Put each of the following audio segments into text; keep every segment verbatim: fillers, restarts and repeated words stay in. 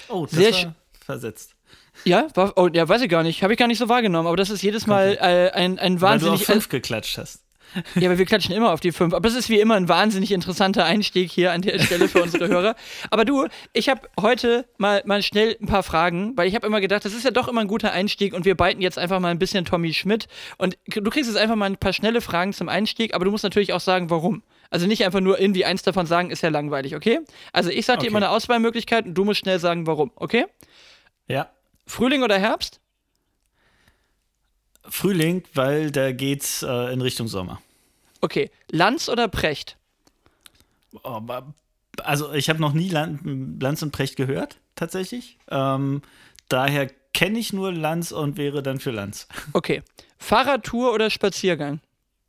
Oh, das Sehr war sch- versetzt. Ja, war, oh, ja, weiß ich gar nicht. Habe ich gar nicht so wahrgenommen. Aber das ist jedes Mal äh, ein, ein Weil du auf wahnsinnig. fünf geklatscht hast. Ja, aber wir klatschen immer auf die fünf. Aber es ist wie immer ein wahnsinnig interessanter Einstieg hier an der Stelle für unsere Hörer. Aber du, ich habe heute mal, mal schnell ein paar Fragen, weil ich habe immer gedacht, das ist ja doch immer ein guter Einstieg und wir beiten jetzt einfach mal ein bisschen Tommy Schmidt. Und du kriegst jetzt einfach mal ein paar schnelle Fragen zum Einstieg, aber du musst natürlich auch sagen, warum. Also nicht einfach nur irgendwie eins davon sagen, ist ja langweilig, okay? Also ich sag dir Okay. immer eine Auswahlmöglichkeit und du musst schnell sagen, warum, okay? Ja. Frühling oder Herbst? Frühling, weil da geht's äh, in Richtung Sommer. Okay. Lanz oder Precht? Aber, also ich habe noch nie Lan- Lanz und Precht gehört, tatsächlich. Ähm, daher kenne ich nur Lanz und wäre dann für Lanz. Okay. Fahrradtour oder Spaziergang?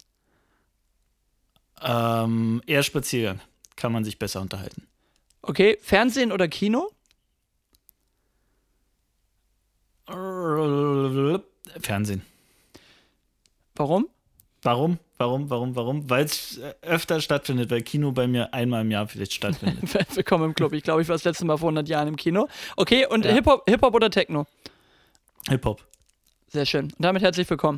Ähm, eher Spaziergang. Kann man sich besser unterhalten. Okay. Fernsehen oder Kino? Fernsehen. Warum? Warum? Warum? Warum? Warum? Weil es öfter stattfindet, weil Kino bei mir einmal im Jahr vielleicht stattfindet. Willkommen im Club. Ich glaube, ich war das letzte Mal vor hundert Jahren im Kino. Okay, und Ja. Hip-Hop, Hip-Hop oder Techno? Hip-Hop. Sehr schön. Und damit herzlich willkommen.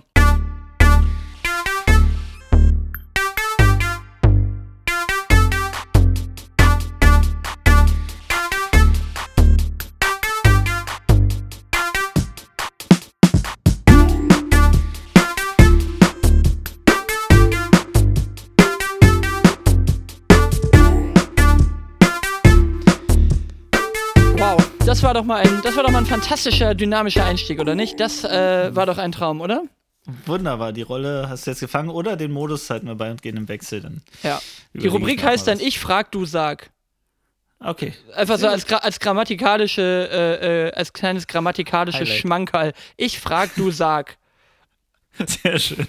Wow, das war doch mal ein, das war doch mal ein fantastischer, dynamischer Einstieg, oder nicht? Das äh, war doch ein Traum, oder? Wunderbar, die Rolle hast du jetzt gefangen oder den Modus halten wir bei und gehen im Wechsel dann. Ja. Die Überlege Rubrik ich mir heißt mal dann was. Ich frag, du sag. Okay. Einfach so als, gra- als grammatikalische, äh, äh, als kleines grammatikalisches Highlight. Schmankerl. Ich frag, du sag. Sehr schön.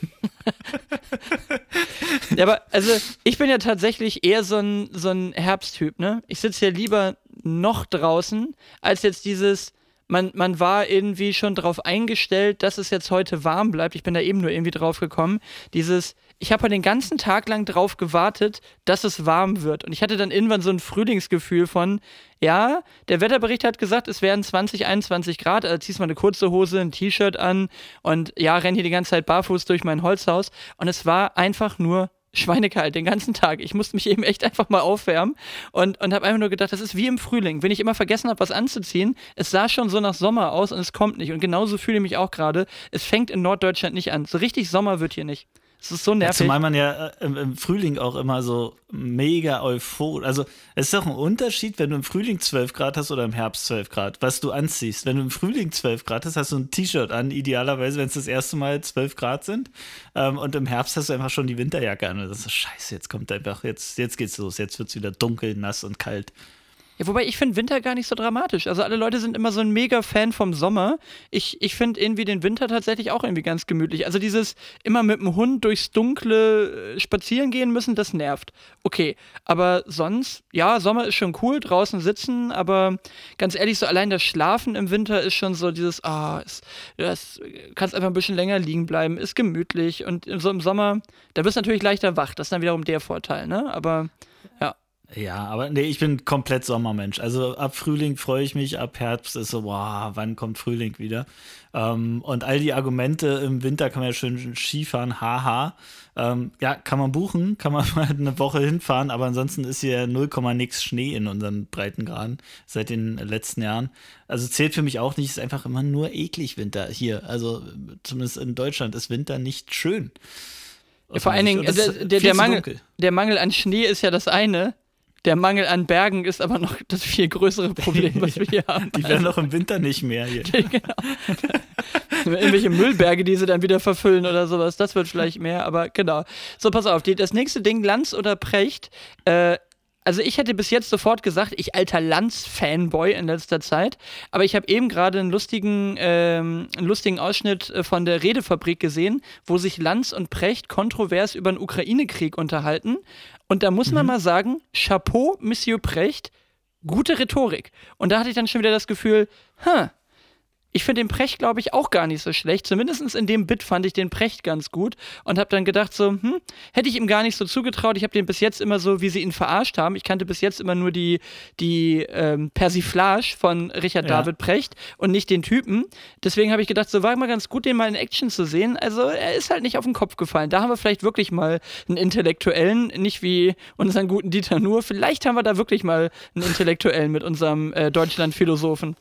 Ja, aber also ich bin ja tatsächlich eher so ein, so ein Herbsttyp, ne? Ich sitze ja lieber noch draußen, als jetzt dieses, man, man war irgendwie schon drauf eingestellt, dass es jetzt heute warm bleibt. Ich bin da eben nur irgendwie drauf gekommen. Dieses, ich habe halt den ganzen Tag lang drauf gewartet, dass es warm wird. Und ich hatte dann irgendwann so ein Frühlingsgefühl von, ja, der Wetterbericht hat gesagt, es wären zwanzig, einundzwanzig Grad, also ziehst mal eine kurze Hose, ein T-Shirt an und ja, renn hier die ganze Zeit barfuß durch mein Holzhaus. Und es war einfach nur schweinekalt den ganzen Tag. Ich musste mich eben echt einfach mal aufwärmen und, und habe einfach nur gedacht, das ist wie im Frühling. Wenn ich immer vergessen habe, was anzuziehen, es sah schon so nach Sommer aus und es kommt nicht. Und genauso fühle ich mich auch gerade. Es fängt in Norddeutschland nicht an. So richtig Sommer wird hier nicht. Es ist so Ja, nervig. zumal man ja äh, im, im Frühling auch immer so mega euphorisch. Also, es ist doch ein Unterschied, wenn du im Frühling zwölf Grad hast oder im Herbst zwölf Grad, was du anziehst. Wenn du im Frühling zwölf Grad hast, hast du ein T-Shirt an, idealerweise, wenn es das erste Mal zwölf Grad sind. Ähm, und im Herbst hast du einfach schon die Winterjacke an. Und das ist scheiße, jetzt kommt einfach, jetzt, jetzt geht's los. Jetzt wird es wieder dunkel, nass und kalt. Ja, wobei ich finde Winter gar nicht so dramatisch. Also alle Leute sind immer so ein mega Fan vom Sommer. Ich, ich finde irgendwie den Winter tatsächlich auch irgendwie ganz gemütlich. Also dieses immer mit dem Hund durchs Dunkle äh, spazieren gehen müssen, das nervt. Okay, aber sonst, ja, Sommer ist schon cool, draußen sitzen, aber ganz ehrlich, so allein das Schlafen im Winter ist schon so dieses, ah, es, das kannst einfach ein bisschen länger liegen bleiben, ist gemütlich und so im Sommer, da wirst du natürlich leichter wach. Das ist dann wiederum der Vorteil, ne? Aber ja. Ja, aber nee, ich bin komplett Sommermensch. Also ab Frühling freue ich mich, ab Herbst ist so, wow, wann kommt Frühling wieder? Ähm, und all die Argumente, im Winter kann man ja schön Skifahren, haha. Ähm, ja, kann man buchen, kann man mal eine Woche hinfahren, aber ansonsten ist hier null Komma nix Schnee in unseren Breitengraden seit den letzten Jahren. Also zählt für mich auch nicht, ist einfach immer nur eklig Winter hier. Also zumindest in Deutschland ist Winter nicht schön. Ja, vor allen Dingen, Und es der, ist der, viel der, zu Mangel, dunkel. der Mangel an Schnee ist ja das eine. Der Mangel an Bergen ist aber noch das viel größere Problem, was wir hier haben. Die werden doch im Winter nicht mehr hier. Genau. Irgendwelche Müllberge, die sie dann wieder verfüllen oder sowas, das wird vielleicht mehr, aber genau. So, pass auf, die, das nächste Ding, Lanz oder Precht. Äh, also ich hätte bis jetzt sofort gesagt, ich alter Lanz-Fanboy in letzter Zeit, aber ich habe eben gerade einen lustigen, ähm, einen lustigen Ausschnitt äh, von der Redefabrik gesehen, wo sich Lanz und Precht kontrovers über den Ukraine-Krieg unterhalten. Und da muss man Mhm. mal sagen, Chapeau, Monsieur Precht, gute Rhetorik. Und da hatte ich dann schon wieder das Gefühl, huh, ich finde den Precht, glaube ich, auch gar nicht so schlecht. Zumindest in dem Bit fand ich den Precht ganz gut und habe dann gedacht so, hm, hätte ich ihm gar nicht so zugetraut. Ich habe den bis jetzt immer so, wie sie ihn verarscht haben. Ich kannte bis jetzt immer nur die, die ähm, Persiflage von Richard Ja. David Precht und nicht den Typen. Deswegen habe ich gedacht, so war mal ganz gut, den mal in Action zu sehen. Also er ist halt nicht auf den Kopf gefallen. Da haben wir vielleicht wirklich mal einen Intellektuellen, nicht wie unseren guten Dieter Nuhr. Vielleicht haben wir da wirklich mal einen Intellektuellen mit unserem äh, Deutschland-Philosophen.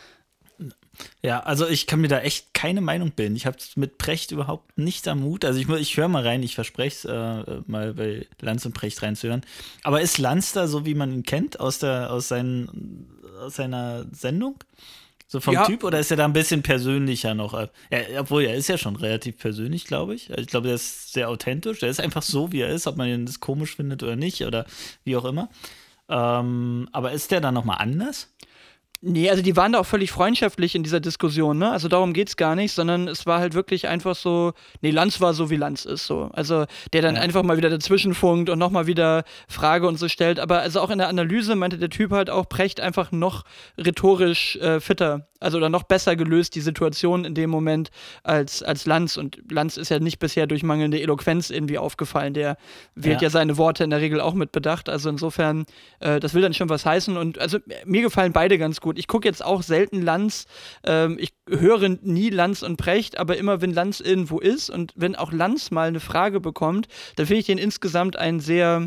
Ja, also ich kann mir da echt keine Meinung bilden. Ich habe mit Precht überhaupt nicht am Mut. Also ich, mu- ich höre mal rein, ich verspreche es, äh, mal bei Lanz und Precht reinzuhören. Aber ist Lanz da so, wie man ihn kennt, aus, der, aus, seinen, aus seiner Sendung? So vom Ja. Typ? Oder ist er da ein bisschen persönlicher noch? Äh, Er, obwohl, er ist ja schon relativ persönlich, glaube ich. Also ich glaube, der ist sehr authentisch. Der ist einfach so, wie er ist, ob man ihn das komisch findet oder nicht oder wie auch immer. Ähm, aber ist der dann nochmal anders? Nee, also die waren da auch völlig freundschaftlich in dieser Diskussion, ne? Also darum geht's gar nicht, sondern es war halt wirklich einfach so, nee, Lanz war so, wie Lanz ist, so. Also der dann Ja. einfach mal wieder dazwischenfunkt und nochmal wieder Frage und so stellt. Aber also auch in der Analyse meinte der Typ halt auch, Precht einfach noch rhetorisch äh, fitter. Also oder noch besser gelöst, die Situation in dem Moment als, als Lanz. Und Lanz ist ja nicht bisher durch mangelnde Eloquenz irgendwie aufgefallen. Der wählt ja, Ja. seine Worte in der Regel auch mit Bedacht. Also insofern, äh, das will dann schon was heißen. Und also mir gefallen beide ganz gut. Ich gucke jetzt auch selten Lanz. Ähm, ich höre nie Lanz und Precht, aber immer, wenn Lanz irgendwo ist und wenn auch Lanz mal eine Frage bekommt, dann finde ich den insgesamt einen sehr,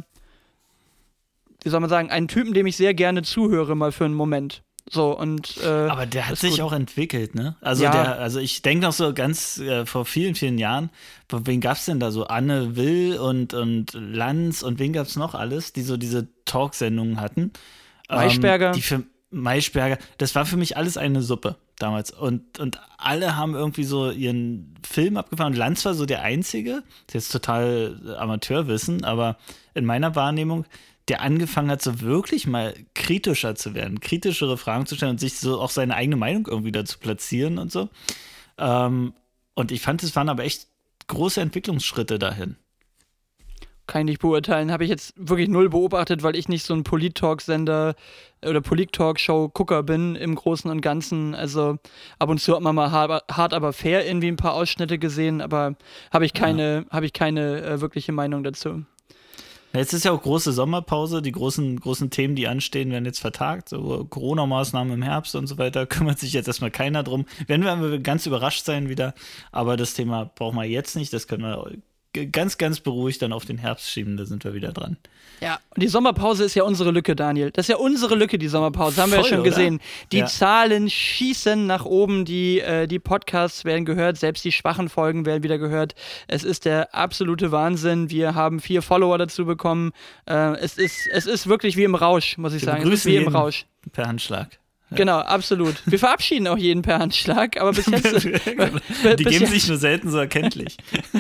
wie soll man sagen, einen Typen, dem ich sehr gerne zuhöre, mal für einen Moment. So, und, äh, Aber der hat ist sich gut. auch entwickelt, ne? Also Ja. der, also ich denke noch so ganz äh, vor vielen, vielen Jahren, wen gab's denn da so? Anne Will und, und Lanz und wen gab's noch alles, die so diese Talksendungen hatten? Maischberger. Ähm, die für Maischberger, das war für mich alles eine Suppe damals. Und, und alle haben irgendwie so ihren Film abgefahren. Und Lanz war so der Einzige, das ist jetzt total Amateurwissen, aber in meiner Wahrnehmung, der angefangen hat, so wirklich mal kritischer zu werden, kritischere Fragen zu stellen und sich so auch seine eigene Meinung irgendwie dazu platzieren und so. Ähm, und ich fand, es waren aber echt große Entwicklungsschritte dahin. Kann ich nicht beurteilen. Habe ich jetzt wirklich null beobachtet, weil ich nicht so ein Polit-Talk-Sender oder Polit-Talk-Show-Gucker bin im Großen und Ganzen. Also ab und zu hat man mal hart, hart aber fair irgendwie ein paar Ausschnitte gesehen, aber habe ich keine, habe ich keine äh, wirkliche Meinung dazu. Jetzt ist ja auch große Sommerpause, die großen, großen Themen, die anstehen, werden jetzt vertagt, so Corona-Maßnahmen im Herbst und so weiter, kümmert sich jetzt erstmal keiner drum. Werden wir ganz überrascht sein wieder, aber das Thema brauchen wir jetzt nicht, das können wir ganz, ganz beruhigt dann auf den Herbst schieben, da sind wir wieder dran. Ja, und die Sommerpause ist ja unsere Lücke, Daniel. Das ist ja unsere Lücke, die Sommerpause. Haben wir ja Voll, schon oder? gesehen. Die Ja. Zahlen schießen nach oben, die, äh, die Podcasts werden gehört, selbst die schwachen Folgen werden wieder gehört. Es ist der absolute Wahnsinn. Wir haben vier Follower dazu bekommen. Äh, es, ist, es ist wirklich wie im Rausch, muss ich Wir sagen. Es ist begrüßen wie im jeden Rausch. per Handschlag. Genau, absolut. Wir verabschieden auch jeden per Handschlag, aber bis jetzt. Die bis geben jetzt- sich nur selten so erkenntlich.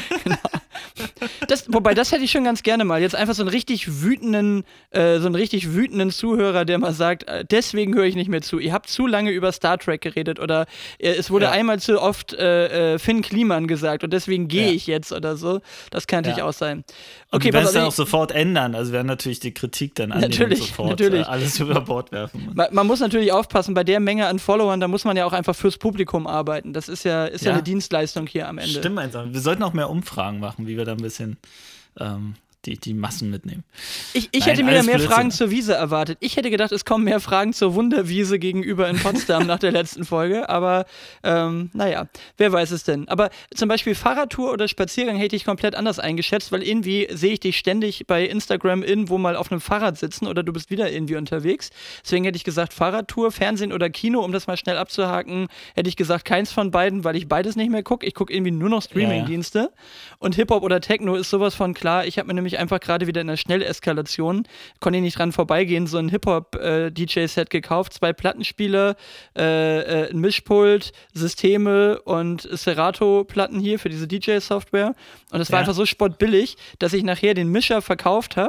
Das, wobei, das hätte ich schon ganz gerne mal. Jetzt einfach so einen richtig wütenden, äh, so einen richtig wütenden Zuhörer, der mal sagt, äh, deswegen höre ich nicht mehr zu. Ihr habt zu lange über Star Trek geredet oder äh, es wurde Ja. einmal zu oft äh, äh, Finn Kliman gesagt und deswegen gehe Ja. ich jetzt oder so. Das kann natürlich Ja. auch sein. Und Okay, die werden es pass dann auf, auch sofort ändern. Also werden natürlich die Kritik dann annehmen Natürlich, und sofort natürlich. Äh, alles über Bord werfen. man, man muss natürlich aufpassen, bei der Menge an Followern, da muss man ja auch einfach fürs Publikum arbeiten. Das ist ja, ist ja. Ja. eine Dienstleistung hier am Ende. Stimmt einfach. Wir sollten auch mehr Umfragen machen, wie wir da ein bisschen ähm, die, die Massen mitnehmen. Ich, ich Nein, hätte mir da alles mehr Blödsinn. Fragen zur Wiese erwartet. Ich hätte gedacht, es kommen mehr Fragen zur Wunderwiese gegenüber in Potsdam nach der letzten Folge. Aber ähm, naja, wer weiß es denn. Aber zum Beispiel Fahrradtour oder Spaziergang hätte ich komplett anders eingeschätzt, weil irgendwie sehe ich dich ständig bei Instagram irgendwo mal auf einem Fahrrad sitzen oder du bist wieder irgendwie unterwegs. Deswegen hätte ich gesagt Fahrradtour, Fernsehen oder Kino, um das mal schnell abzuhaken. Hätte ich gesagt keins von beiden, weil ich beides nicht mehr gucke. Ich gucke irgendwie nur noch Streamingdienste. Und Hip-Hop oder Techno ist sowas von klar. Ich habe mir nämlich einfach gerade wieder in der Schnelleskalation, konnte ich nicht dran vorbeigehen, so ein Hip-Hop-D J-Set gekauft, zwei Plattenspieler, äh, äh, ein Mischpult, Systeme und Serato-Platten hier für diese D J-Software. Und es war Ja. einfach so spottbillig, dass ich nachher den Mischer verkauft habe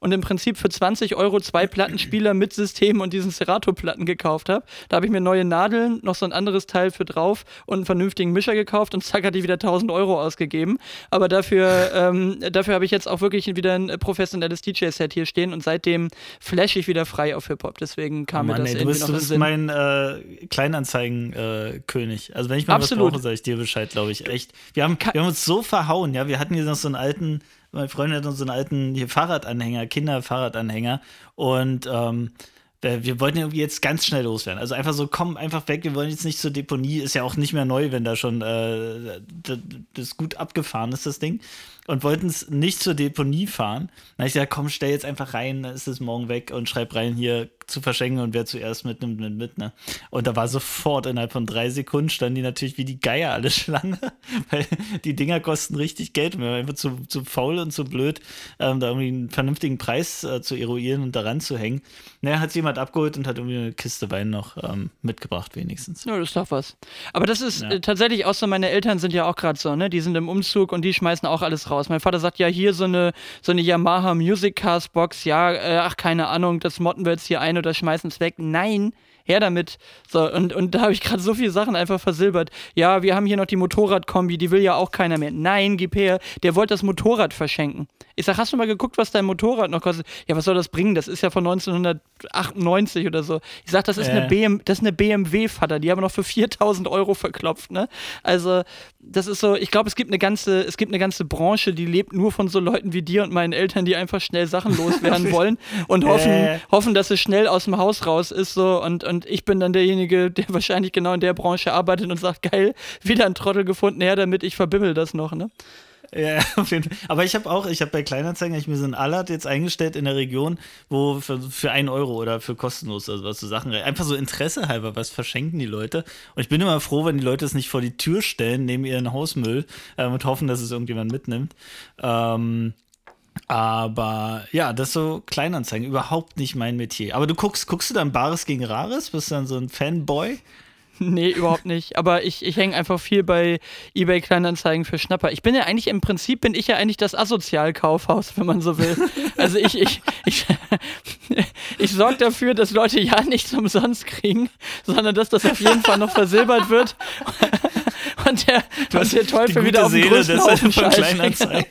und im Prinzip für zwanzig Euro zwei Plattenspieler mit System und diesen Serato-Platten gekauft habe. Da habe ich mir neue Nadeln, noch so ein anderes Teil für drauf und einen vernünftigen Mischer gekauft und zack, hatte ich wieder tausend Euro ausgegeben. Aber dafür, ähm, dafür habe ich jetzt auch wirklich wieder ein professionelles D J-Set hier stehen und seitdem flash ich wieder frei auf Hip-Hop. Deswegen kam oh Mann, mir das ey, du irgendwie bist, noch du in den bist Sinn. mein äh, Kleinanzeigen-König. also wenn ich mal Absolut. was brauche, sage ich dir Bescheid, glaube ich. Echt. Wir haben, wir haben uns so verhauen, ja. Wir hatten hier noch so einen alten, meine Freundin hat uns so einen alten hier Fahrradanhänger, Kinderfahrradanhänger und ähm, wir wollten irgendwie jetzt ganz schnell loswerden. Also einfach so, komm einfach weg, wir wollen jetzt nicht zur Deponie. Ist ja auch nicht mehr neu, wenn da schon äh, das gut abgefahren ist, das Ding. Und wollten es nicht zur Deponie fahren. Dann habe ich gesagt, komm, stell jetzt einfach rein, dann ist es morgen weg und schreib rein, hier zu verschenken und wer zuerst mitnimmt, nimmt mit, ne? Und da war sofort innerhalb von drei Sekunden standen die natürlich wie die Geier alle Schlange, weil die Dinger kosten richtig Geld und wir waren einfach zu, zu faul und zu blöd, ähm, da irgendwie einen vernünftigen Preis äh, zu eruieren und daran zu hängen. Naja, hat jemand abgeholt und hat irgendwie eine Kiste Wein noch ähm, mitgebracht wenigstens. Ja, das ist doch was. Aber das ist Ja. äh, tatsächlich auch so, meine Eltern sind ja auch gerade so, ne? Die sind im Umzug und die schmeißen auch alles raus. Mein Vater sagt, ja, hier so eine, so eine Yamaha Music Cast Box, ja, äh, ach, keine Ahnung, das motten wir jetzt hier ein oder schmeißen es weg. Nein, her damit. So, und, und da habe ich gerade so viele Sachen einfach versilbert. Ja, wir haben hier noch die Motorradkombi, die will ja auch keiner mehr. Nein, gib her, der wollte das Motorrad verschenken. Ich sag, hast du mal geguckt, was dein Motorrad noch kostet? Ja, was soll das bringen? Das ist ja von neunzehnhundertachtundneunzig oder so. Ich sag, das ist, Äh. eine, B M, das ist eine B M W, Vater. Die haben wir noch für viertausend Euro verklopft, ne? Also, das ist so, ich glaube, es gibt eine ganze, es gibt eine ganze Branche, die lebt nur von so Leuten wie dir und meinen Eltern, die einfach schnell Sachen loswerden wollen und hoffen, Äh. hoffen, dass es schnell aus dem Haus raus ist, so. Und, und ich bin dann derjenige, der wahrscheinlich genau in der Branche arbeitet und sagt, geil, wieder ein Trottel gefunden, her damit, ich verbimmel das noch, ne? Ja, auf jeden Fall. Aber ich habe auch, ich habe bei Kleinanzeigen, hab ich mir so ein Allert jetzt eingestellt in der Region, wo für, für einen Euro oder für kostenlos, also was so Sachen, einfach so Interesse halber, was verschenken die Leute. Und ich bin immer froh, wenn die Leute es nicht vor die Tür stellen, neben ihren Hausmüll ähm, und hoffen, dass es irgendjemand mitnimmt. Ähm, aber ja, das ist so Kleinanzeigen, überhaupt nicht mein Metier. Aber du guckst, guckst du dann Bares gegen Rares? Bist du dann so ein Fanboy? Nee, überhaupt nicht. Aber ich, ich hänge einfach viel bei eBay Kleinanzeigen für Schnapper. Ich bin ja eigentlich, im Prinzip bin ich ja eigentlich das Asozialkaufhaus, wenn man so will. Also ich, ich, ich, ich sorge dafür, dass Leute ja nichts umsonst kriegen, sondern dass das auf jeden Fall noch versilbert wird. Und der, und der Teufel wieder auf den Seele, größten das ist Haufen von Scheiß Kleinanzeigen.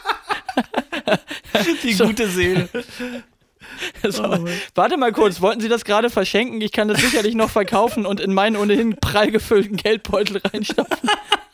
Die So. gute Seele. So, Oh warte mal kurz, wollten Sie das gerade verschenken? Ich kann das sicherlich noch verkaufen und in meinen ohnehin prall gefüllten Geldbeutel reinstopfen.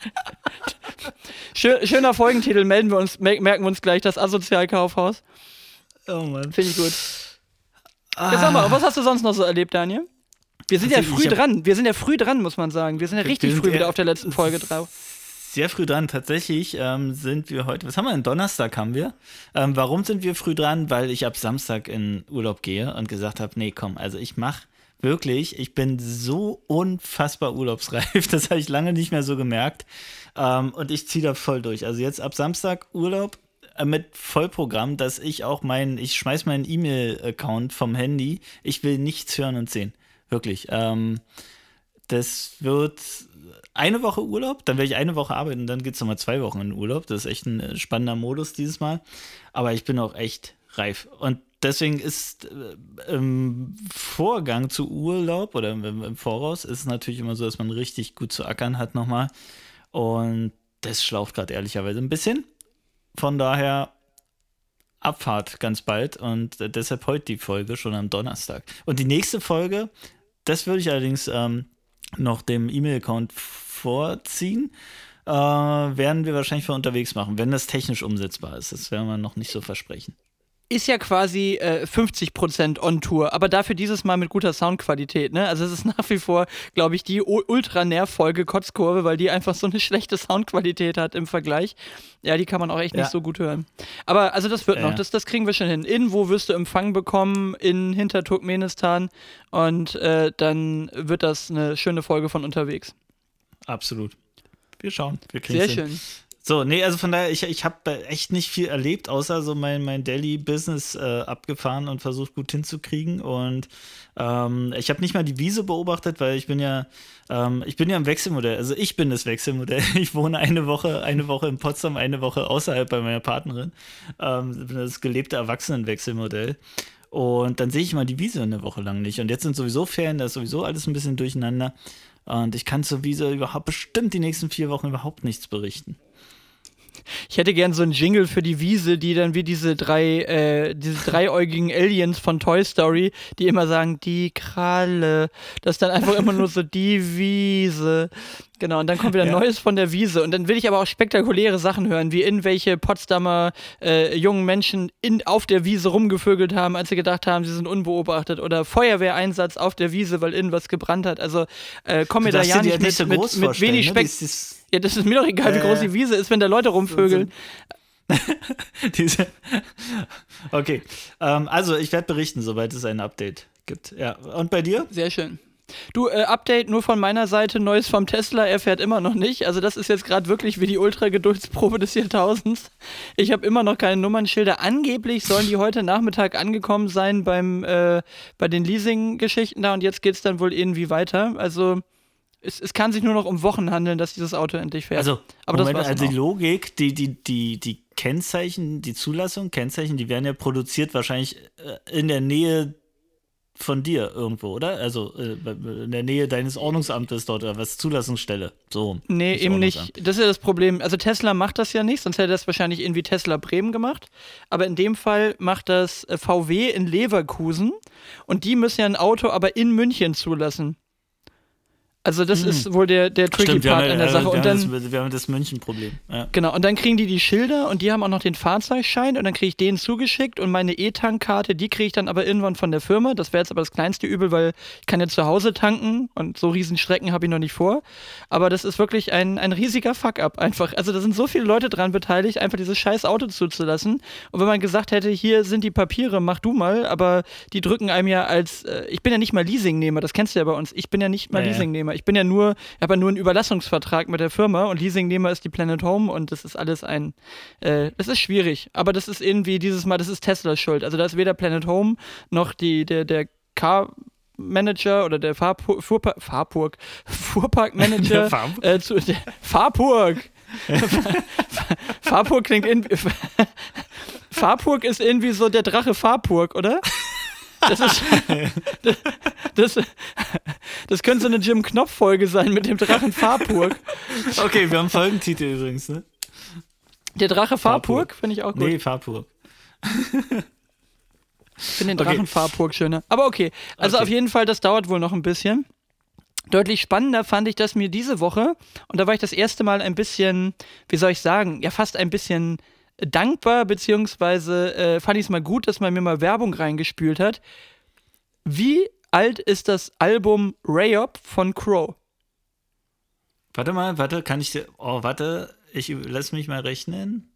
Schön, schöner Folgentitel, melden wir uns, mer- merken wir uns gleich, das Asozialkaufhaus. Oh Mann. Finde ich gut. Jetzt sag mal, was hast du sonst noch so erlebt, Daniel? Wir sind ja Also, ich früh hab- dran, wir sind ja früh dran, muss man sagen. Wir sind ja richtig sind früh eher- wieder auf der letzten Folge drauf. Sehr früh dran. Tatsächlich ähm, sind wir heute, was haben wir denn? Donnerstag haben wir. Ähm, warum sind wir früh dran? Weil ich ab Samstag in Urlaub gehe und gesagt habe, nee, komm, also ich mache wirklich, ich bin so unfassbar urlaubsreif, das habe ich lange nicht mehr so gemerkt. Ähm, und ich ziehe da voll durch. Also jetzt ab Samstag Urlaub äh, mit Vollprogramm, dass ich auch meinen, ich schmeiß meinen E-Mail-Account vom Handy, ich will nichts hören und sehen. Wirklich. Ähm, das wird eine Woche Urlaub, dann werde ich eine Woche arbeiten und dann geht es nochmal zwei Wochen in Urlaub. Das ist echt ein äh, spannender Modus dieses Mal. Aber ich bin auch echt reif. Und deswegen ist äh, im Vorgang zu Urlaub oder im, im Voraus ist es natürlich immer so, dass man richtig gut zu ackern hat nochmal. Und das schlaucht gerade ehrlicherweise ein bisschen. Von daher Abfahrt ganz bald und äh, deshalb heute die Folge schon am Donnerstag. Und die nächste Folge, das würde ich allerdings ähm, noch dem E-Mail-Account vorziehen, äh, werden wir wahrscheinlich für unterwegs machen, wenn das technisch umsetzbar ist. Das werden wir noch nicht so versprechen. Ist ja quasi äh, fünfzig Prozent on-Tour, aber dafür dieses Mal mit guter Soundqualität, ne? Also es ist nach wie vor, glaube ich, die u- Ultra-Nerv-Folge Kotzkurve, weil die einfach so eine schlechte Soundqualität hat im Vergleich. Ja, die kann man auch echt Ja. nicht so gut hören. Aber also das wird Ja, noch, ja. das, das kriegen wir schon hin. Irgendwo wirst du Empfang bekommen in Hinterturkmenistan und äh, dann wird das eine schöne Folge von unterwegs. Absolut. Wir schauen. Wir kriegen Sehr es hin. schön. So, nee, also von daher, ich, ich habe echt nicht viel erlebt, außer so mein, mein Daily Business äh, abgefahren und versucht gut hinzukriegen. Und ähm, ich habe nicht mal die Wiese beobachtet, weil ich bin ja, ähm, ich bin ja im Wechselmodell. Also ich bin das Wechselmodell. Ich wohne eine Woche, eine Woche in Potsdam, eine Woche außerhalb bei meiner Partnerin. Ähm, bin das gelebte Erwachsenenwechselmodell. Und dann sehe ich mal die Wiese eine Woche lang nicht. Und jetzt sind sowieso Ferien, da ist sowieso alles ein bisschen durcheinander. Und ich kann zur Wiese überhaupt bestimmt die nächsten vier Wochen überhaupt nichts berichten. Ich hätte gern so einen Jingle für die Wiese, die dann wie diese drei, äh, diese dreiäugigen Aliens von Toy Story, die immer sagen, die Kralle. Das ist dann einfach immer nur so die Wiese. Genau, und dann kommt wieder Ja. Neues von der Wiese. Und dann will ich aber auch spektakuläre Sachen hören, wie irgendwelche Potsdamer äh, jungen Menschen in, auf der Wiese rumgevögelt haben, als sie gedacht haben, sie sind unbeobachtet. Oder Feuerwehreinsatz auf der Wiese, weil irgendwas gebrannt hat. Also äh, komm mir da ja nicht, mit, so mit, groß mit wenig ne? Speck. Dies, dies, Ja, das ist mir doch egal, wie Äh, groß die Wiese ist, wenn da Leute rumvögeln. Diese, okay, ähm, also ich werde berichten, sobald es ein Update gibt. Ja, und bei dir? Sehr schön. Du, äh, Update nur von meiner Seite, Neues vom Tesla, er fährt immer noch nicht. Also das ist jetzt gerade wirklich wie die Ultra-Geduldsprobe des Jahrtausends. Ich habe immer noch keine Nummernschilder. Angeblich sollen die heute Nachmittag angekommen sein beim, äh, bei den Leasing-Geschichten da und jetzt geht es dann wohl irgendwie weiter. Also es, es kann sich nur noch um Wochen handeln, dass dieses Auto endlich fährt. Also, Aber Moment, das war's also dann die auch. Logik, die, die, die, die Kennzeichen, die Zulassung, Kennzeichen, die werden ja produziert wahrscheinlich äh, in der Nähe von dir irgendwo, oder? Also äh, in der Nähe deines Ordnungsamtes dort, oder was, Zulassungsstelle. So. Nee, das eben Ordnungsamt. nicht. Das ist ja das Problem. Also Tesla macht das ja nicht, sonst hätte das wahrscheinlich irgendwie Tesla Bremen gemacht. Aber in dem Fall macht das äh, V W in Leverkusen und die müssen ja ein Auto aber in München zulassen. Also das Hm. ist wohl der, der tricky Stimmt, wir Part haben, an der äh, Sache. wir, Und haben dann, das, wir haben das München-Problem. Ja. genau, und dann kriegen die die Schilder und die haben auch noch den Fahrzeugschein und dann kriege ich den zugeschickt und meine E-Tankkarte, die kriege ich dann aber irgendwann von der Firma. Das wäre jetzt aber das kleinste Übel, weil ich kann ja zu Hause tanken und so riesen Strecken habe ich noch nicht vor. Aber das ist wirklich ein, ein riesiger Fuck-up einfach. Also da sind so viele Leute dran beteiligt, einfach dieses scheiß Auto zuzulassen. Und wenn man gesagt hätte, hier sind die Papiere, mach du mal, aber die drücken einem ja als, äh, ich bin ja nicht mal Leasingnehmer, das kennst du ja bei uns, ich bin ja nicht mal Ja, ja. Leasingnehmer, ich bin ja nur, ich habe ja nur einen Überlassungsvertrag mit der Firma und Leasingnehmer ist die Planet Home und das ist alles ein, äh, das ist schwierig, aber das ist irgendwie dieses Mal, das ist Teslas Schuld. Also da ist weder Planet Home noch die, der, der Car Manager oder der Fahrpur, Fuhrpa Fahrpurk, Fuhrparkmanager Der Fahr- äh, zu, der Fahrpurk. Fahrpurk klingt irgendwie. Fahrpurk ist irgendwie so der Drache Fahrpurk, oder? Das ist. Das, das, das könnte so eine Jim Knopf-Folge sein mit dem Drachen Fahrpurk. Okay, wir haben Folgentitel übrigens, ne? Der Drache Fahrpurk Fahrpurk. finde ich auch gut. Nee, Fahrpur. Ich finde den Okay. Drachen Fahrpurk schöner. Aber okay, also Okay. auf jeden Fall, das dauert wohl noch ein bisschen. Deutlich spannender fand ich das mir diese Woche, und da war ich das erste Mal ein bisschen, wie soll ich sagen, ja fast ein bisschen dankbar, beziehungsweise äh, fand ich es mal gut, dass man mir mal Werbung reingespült hat. Wie alt ist das Album Rayop von Crow? Warte mal, warte, kann ich dir. Oh, warte, ich lass mich mal rechnen.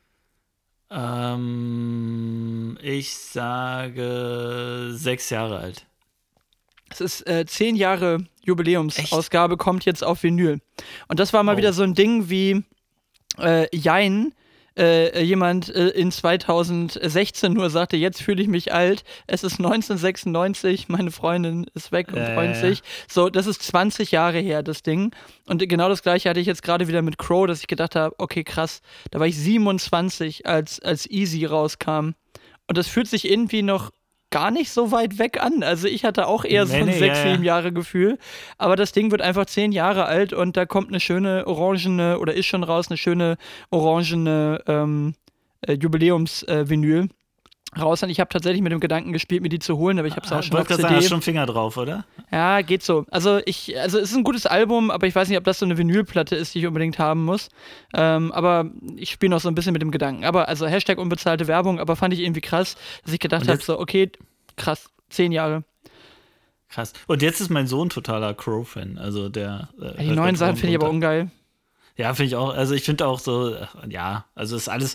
Ähm, ich sage sechs Jahre alt. Es ist äh, zehn Jahre Jubiläumsausgabe, kommt jetzt auf Vinyl. Und das war mal Oh. wieder so ein Ding wie äh, Jein, äh, jemand äh, in zweitausendsechzehn nur sagte, jetzt fühle ich mich alt, es ist neunzehnhundertsechsundneunzig, meine Freundin ist weg und Ja, freut ja, ja. sich. So, das ist zwanzig Jahre her, das Ding. Und genau das gleiche hatte ich jetzt gerade wieder mit Crow, dass ich gedacht habe, okay, krass, da war ich siebenundzwanzig, als, als Easy rauskam. Und das fühlt sich irgendwie noch gar nicht so weit weg an. Also ich hatte auch eher so Nee, ein nee, sechs, ja, ja. sieben Jahre Gefühl. Aber das Ding wird einfach zehn Jahre alt und da kommt eine schöne orangene, oder ist schon raus, eine schöne orangene ähm, äh, Jubiläums-Vinyl raus. Und ich habe tatsächlich mit dem Gedanken gespielt, mir die zu holen, aber ich habe es auch schon auf Wollte C gerade sagen, D. hast schon Finger drauf, oder? Ja, geht so. Also ich, also es ist ein gutes Album, aber ich weiß nicht, ob das so eine Vinylplatte ist, die ich unbedingt haben muss. Ähm, aber ich spiele noch so ein bisschen mit dem Gedanken. Aber also Hashtag unbezahlte Werbung, aber fand ich irgendwie krass, dass ich gedacht Und habe, jetzt- so, okay, krass, zehn Jahre. Krass. Und jetzt ist mein Sohn totaler Crow-Fan. Also der. Äh, Ja, die hört neuen bei Sachen Crow finde ich aber runter. ungeil. Ja, finde ich auch. Also ich finde auch so, äh, ja, also ist alles.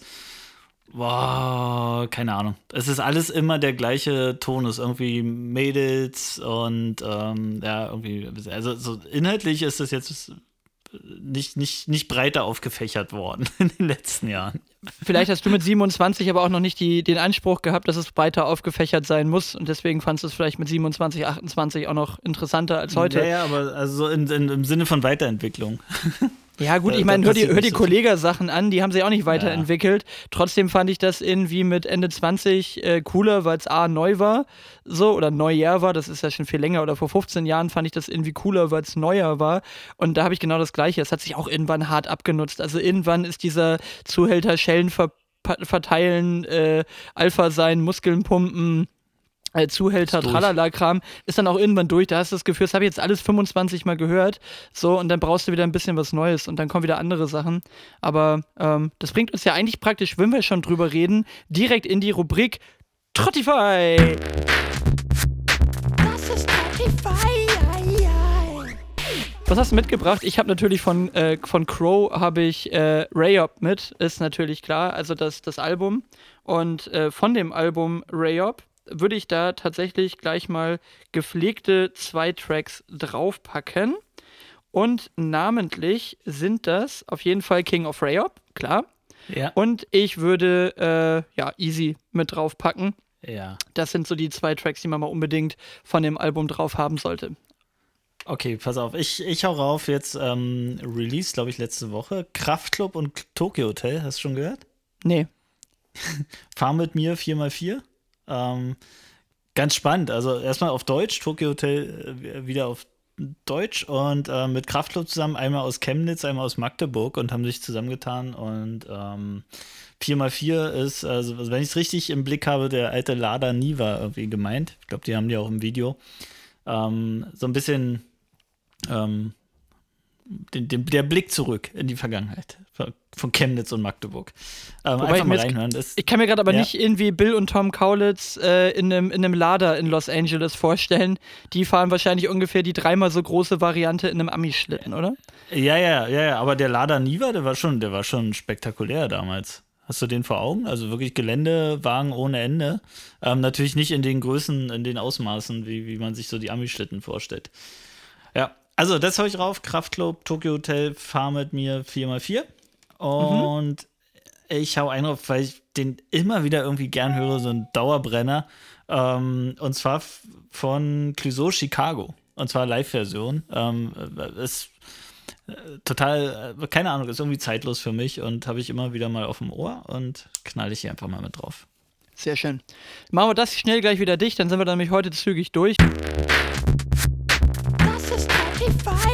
Boah, keine Ahnung. Es ist alles immer der gleiche Tonus. Irgendwie Mädels und ähm, ja, irgendwie. Also so inhaltlich ist das jetzt nicht, nicht, nicht breiter aufgefächert worden in den letzten Jahren. Vielleicht hast du mit siebenundzwanzig aber auch noch nicht die, den Anspruch gehabt, dass es breiter aufgefächert sein muss und deswegen fandest du es vielleicht mit siebenundzwanzig, achtundzwanzig auch noch interessanter als heute. Ja, ja, aber also so in, in, im Sinne von Weiterentwicklung. Ja gut, ich meine, hör die, hör die Kollega-Sachen an, die haben sich auch nicht weiterentwickelt. Ja. Trotzdem fand ich das irgendwie mit Ende zwanzig äh, cooler, weil es A, neu war, so, oder Neujahr war, das ist ja schon viel länger, oder vor fünfzehn Jahren fand ich das irgendwie cooler, weil es Neujahr war. Und da habe ich genau das Gleiche, es hat sich auch irgendwann hart abgenutzt. Also irgendwann ist dieser Zuhälter, Schellen ver- verteilen, äh, Alpha sein, Muskeln pumpen, äh, Zuhälter, Tralala-Kram, ist dann auch irgendwann durch. Da hast du das Gefühl, das habe ich jetzt alles fünfundzwanzig Mal gehört. So, und dann brauchst du wieder ein bisschen was Neues und dann kommen wieder andere Sachen. Aber ähm, das bringt uns ja eigentlich praktisch, wenn wir schon drüber reden, direkt in die Rubrik Trottify. Das ist Trottify. Was hast du mitgebracht? Ich habe natürlich von, äh, von Crow habe ich äh, Rayop mit, ist natürlich klar, also das, das Album. Und äh, von dem Album Rayop würde ich da tatsächlich gleich mal gepflegte zwei Tracks draufpacken. Und namentlich sind das auf jeden Fall King of Rayop, klar. Ja. Und ich würde äh, ja Easy mit draufpacken. Ja. Das sind so die zwei Tracks, die man mal unbedingt von dem Album drauf haben sollte. Okay, pass auf. Ich, ich hau rauf jetzt ähm, Release, glaube ich, letzte Woche. Kraftklub und Tokyo Hotel, hast du schon gehört? Nee. Fahr mit mir vier mal vier. Ähm, ganz spannend. Also erstmal auf Deutsch, Tokyo Hotel äh, wieder auf Deutsch und äh, mit Kraftklub zusammen, einmal aus Chemnitz, einmal aus Magdeburg und haben sich zusammengetan und ähm, vier mal vier ist, also wenn ich es richtig im Blick habe, der alte Lada Niva irgendwie gemeint. Ich glaube, die haben die auch im Video. Ähm, so ein bisschen ähm, den, den, der Blick zurück in die Vergangenheit von Chemnitz und Magdeburg. Ähm, einfach mal reinhören. Das, ich kann mir gerade aber ja. nicht irgendwie Bill und Tom Kaulitz äh, in einem in einem Lader in Los Angeles vorstellen. Die fahren wahrscheinlich ungefähr die dreimal so große Variante in einem Ami-Schlitten, oder? Ja, ja, ja, ja, aber der Lada Niva, der war schon, der war schon spektakulär damals. Hast du den vor Augen? Also wirklich Geländewagen ohne Ende. Ähm, natürlich nicht in den Größen, in den Ausmaßen, wie, wie man sich so die Ami-Schlitten vorstellt. Ja, also das hau ich rauf. Kraftklub, Tokyo Hotel, fahr mit mir vier mal vier. Und mhm. ich hau einen drauf, weil ich den immer wieder irgendwie gern höre, so ein Dauerbrenner. Ähm, und zwar f- von Clouseau Chicago. Und zwar Live-Version. Ähm, ist total, keine Ahnung, ist irgendwie zeitlos für mich und habe ich immer wieder mal auf dem Ohr und knall ich hier einfach mal mit drauf. Sehr schön. Machen wir das schnell gleich wieder dicht, dann sind wir nämlich heute zügig durch. Das ist Spotify.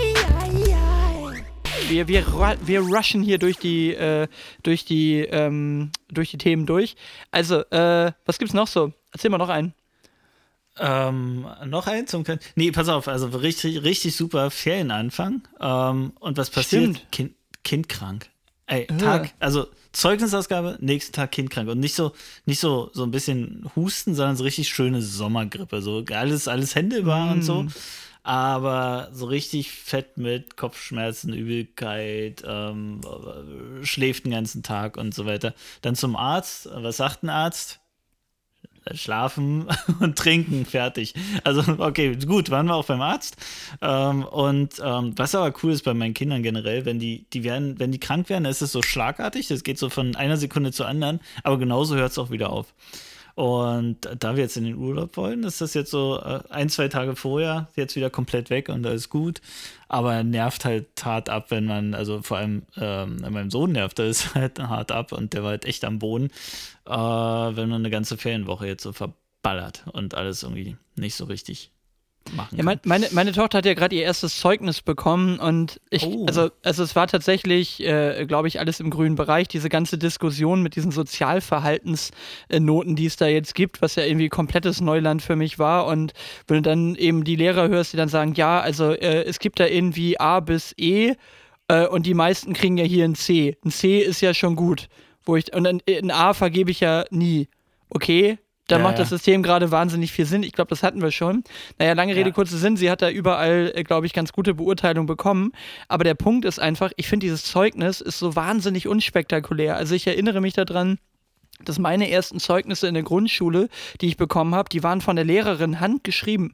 Wir, wir, wir rushen hier durch die, äh, durch die, ähm, durch die Themen durch. Also, äh, was gibt's noch so? Erzähl mal noch einen. Ähm, noch ein zum Können. Nee, pass auf, also richtig, richtig super Ferienanfang. Ähm, und was passiert? Kind, kind krank. Ey, äh. Tag, also Zeugnisausgabe, nächsten Tag Kind krank. Und nicht so, nicht so, so ein bisschen Husten, sondern so richtig schöne Sommergrippe. So alles, alles händelbar mm. und so. Aber so richtig fett mit Kopfschmerzen, Übelkeit, ähm, schläft den ganzen Tag und so weiter. Dann zum Arzt. Was sagt ein Arzt? Schlafen und trinken, fertig. Also, okay, gut, waren wir auch beim Arzt. Ähm, und ähm, was aber cool ist bei meinen Kindern generell, wenn die, die werden, wenn die krank werden, ist es so schlagartig, das geht so von einer Sekunde zur anderen, aber genauso hört es auch wieder auf. Und da wir jetzt in den Urlaub wollen, ist das jetzt so äh, ein, zwei Tage vorher jetzt wieder komplett weg und alles gut. Aber nervt halt hart ab, wenn man, also vor allem ähm, meinem Sohn nervt das halt hart ab und der war halt echt am Boden, äh, wenn man eine ganze Ferienwoche jetzt so verballert und alles irgendwie nicht so richtig machen ja, mein, meine, meine Tochter hat ja gerade ihr erstes Zeugnis bekommen und ich, oh. also, also es war tatsächlich, äh, glaube ich, alles im grünen Bereich, diese ganze Diskussion mit diesen Sozialverhaltensnoten, die es da jetzt gibt, was ja irgendwie komplettes Neuland für mich war und wenn du dann eben die Lehrer hörst, die dann sagen, ja, also äh, es gibt da irgendwie A bis E äh, und die meisten kriegen ja hier ein C. Ein C ist ja schon gut, wo ich, und ein, ein A vergebe ich ja nie. Okay, da ja, macht das System gerade wahnsinnig viel Sinn. Ich glaube, das hatten wir schon. Naja, lange Rede, ja. kurzer Sinn. Sie hat da überall, äh, glaube ich, ganz gute Beurteilung bekommen. Aber der Punkt ist einfach, ich finde, dieses Zeugnis ist so wahnsinnig unspektakulär. Also ich erinnere mich daran, dass meine ersten Zeugnisse in der Grundschule, die ich bekommen habe, die waren von der Lehrerin handgeschrieben.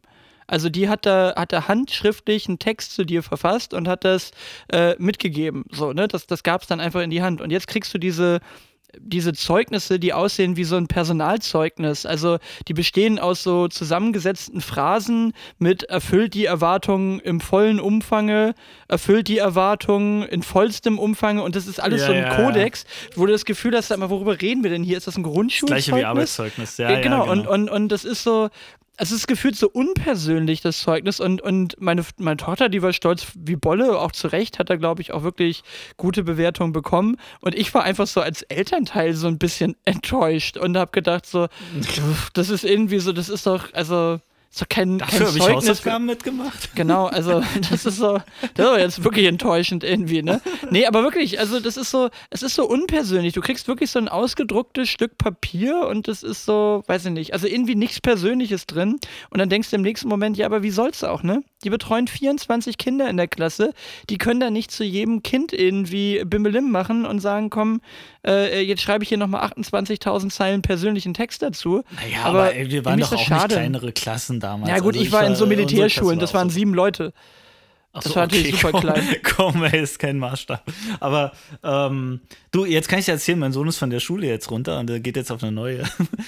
Also die hat da, hat da handschriftlich einen Text zu dir verfasst und hat das äh, mitgegeben. So, ne? Das, das gab es dann einfach in die Hand. Und jetzt kriegst du diese diese Zeugnisse, die aussehen wie so ein Personalzeugnis. Also die bestehen aus so zusammengesetzten Phrasen mit erfüllt die Erwartungen im vollen Umfange, erfüllt die Erwartungen in vollstem Umfange und das ist alles Ja, so ein ja, Kodex, wo du das Gefühl hast, sag mal, worüber reden wir denn hier? Ist das ein Grundschulzeugnis? Gleiche wie Arbeitszeugnis, ja, Äh, genau, ja, genau. Und, und, und das ist so, es ist gefühlt so unpersönlich, das Zeugnis. Und, und meine, meine Tochter, die war stolz wie Bolle, auch zu Recht, hat da, glaube ich, auch wirklich gute Bewertungen bekommen. Und ich war einfach so als Elternteil so ein bisschen enttäuscht und habe gedacht so, das ist irgendwie so, das ist doch, also ist doch kein, kein Dafür habe ich Zeugnis. Hausaufgaben mitgemacht. Genau, also das ist so, das ist jetzt wirklich enttäuschend irgendwie, ne? Nee, aber wirklich, also das ist so, es ist so unpersönlich. Du kriegst wirklich so ein ausgedrucktes Stück Papier und das ist so, weiß ich nicht, also irgendwie nichts Persönliches drin. Und dann denkst du im nächsten Moment, ja, aber wie soll's auch, ne? Die betreuen vierundzwanzig Kinder in der Klasse, die können da nicht zu jedem Kind irgendwie Bimmelim machen und sagen, komm, äh, jetzt schreibe ich hier nochmal achtundzwanzigtausend Zeilen persönlichen Text dazu. Naja, aber, aber ey, wir waren irgendwie doch ist auch das nicht schade. kleinere Klassen damals. Ja gut, Also ich war in so unsere Militärschulen, Klasse das war waren auch so. sieben Leute. Ach Das so, war natürlich super komm, klein. Komm, ey, ist kein Maßstab. Aber ähm, du, jetzt kann ich dir erzählen, mein Sohn ist von der Schule jetzt runter und der geht jetzt auf eine neue.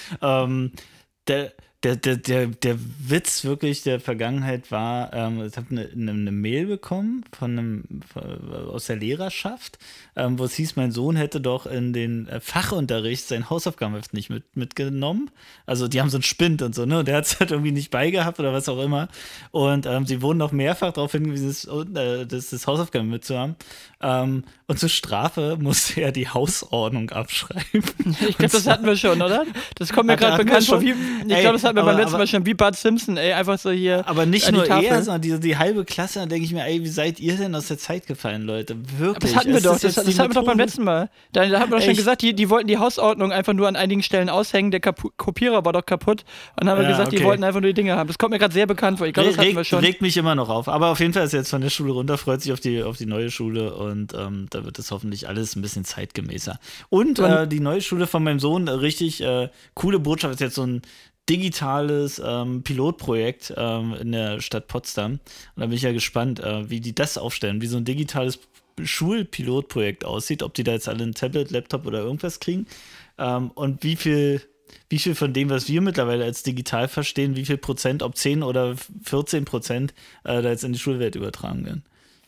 ähm, der, der, der, der, der Witz wirklich der Vergangenheit war, ähm, ich habe eine, eine, eine Mail bekommen von einem, von, aus der Lehrerschaft, ähm, wo es hieß, mein Sohn hätte doch in den äh, Fachunterricht sein Hausaufgabenheft nicht mit, mitgenommen. Also die haben so einen Spind und so, ne? Und der hat es halt irgendwie nicht beigehabt oder was auch immer. Und ähm, sie wurden noch mehrfach darauf hingewiesen, das, äh, das, das Hausaufgaben mitzuhaben. Ähm, und zur Strafe musste er die Hausordnung abschreiben. Ich glaube, das hatten wir schon, oder? Das kommt mir Hat- gerade hatten wir bekannt vor. schon? Wie, ich Ey, glaube, das hatten wir aber- beim letzten aber- Mal schon, wie Bart Simpson, ey, einfach so hier. Aber nicht an die nur Tafel. er, sondern die, die halbe Klasse, da denke ich mir, ey, wie seid ihr denn aus der Zeit gefallen, Leute? Wirklich. Das hatten wir Ist doch, das, jetzt das die hatten wir doch beim Methode? letzten Mal. Da, da haben wir doch schon Echt? gesagt, die, die wollten die Hausordnung einfach nur an einigen Stellen aushängen, der Kapu- Kopierer war doch kaputt. Und dann haben wir Ja, gesagt, die okay. wollten einfach nur die Dinge haben. Das kommt mir gerade sehr bekannt vor. Ich glaube, das hatten wir Regt, schon. regt mich immer noch auf. Aber auf jeden Fall ist er jetzt von der Schule runter, freut sich auf die, auf die neue Schule und ähm, da wird es hoffentlich alles ein bisschen zeitgemäßer. Und Und- äh, die neue Schule von meinem Sohn, äh, richtig äh, coole Botschaft, ist jetzt so ein digitales ähm, Pilotprojekt ähm, in der Stadt Potsdam. Und da bin ich ja gespannt, äh, wie die das aufstellen, wie so ein digitales Schulpilotprojekt aussieht, ob die da jetzt alle ein Tablet, Laptop oder irgendwas kriegen ähm, und wie viel, wie viel von dem, was wir mittlerweile als digital verstehen, wie viel Prozent, ob zehn oder vierzehn Prozent äh, da jetzt in die Schulwelt übertragen werden.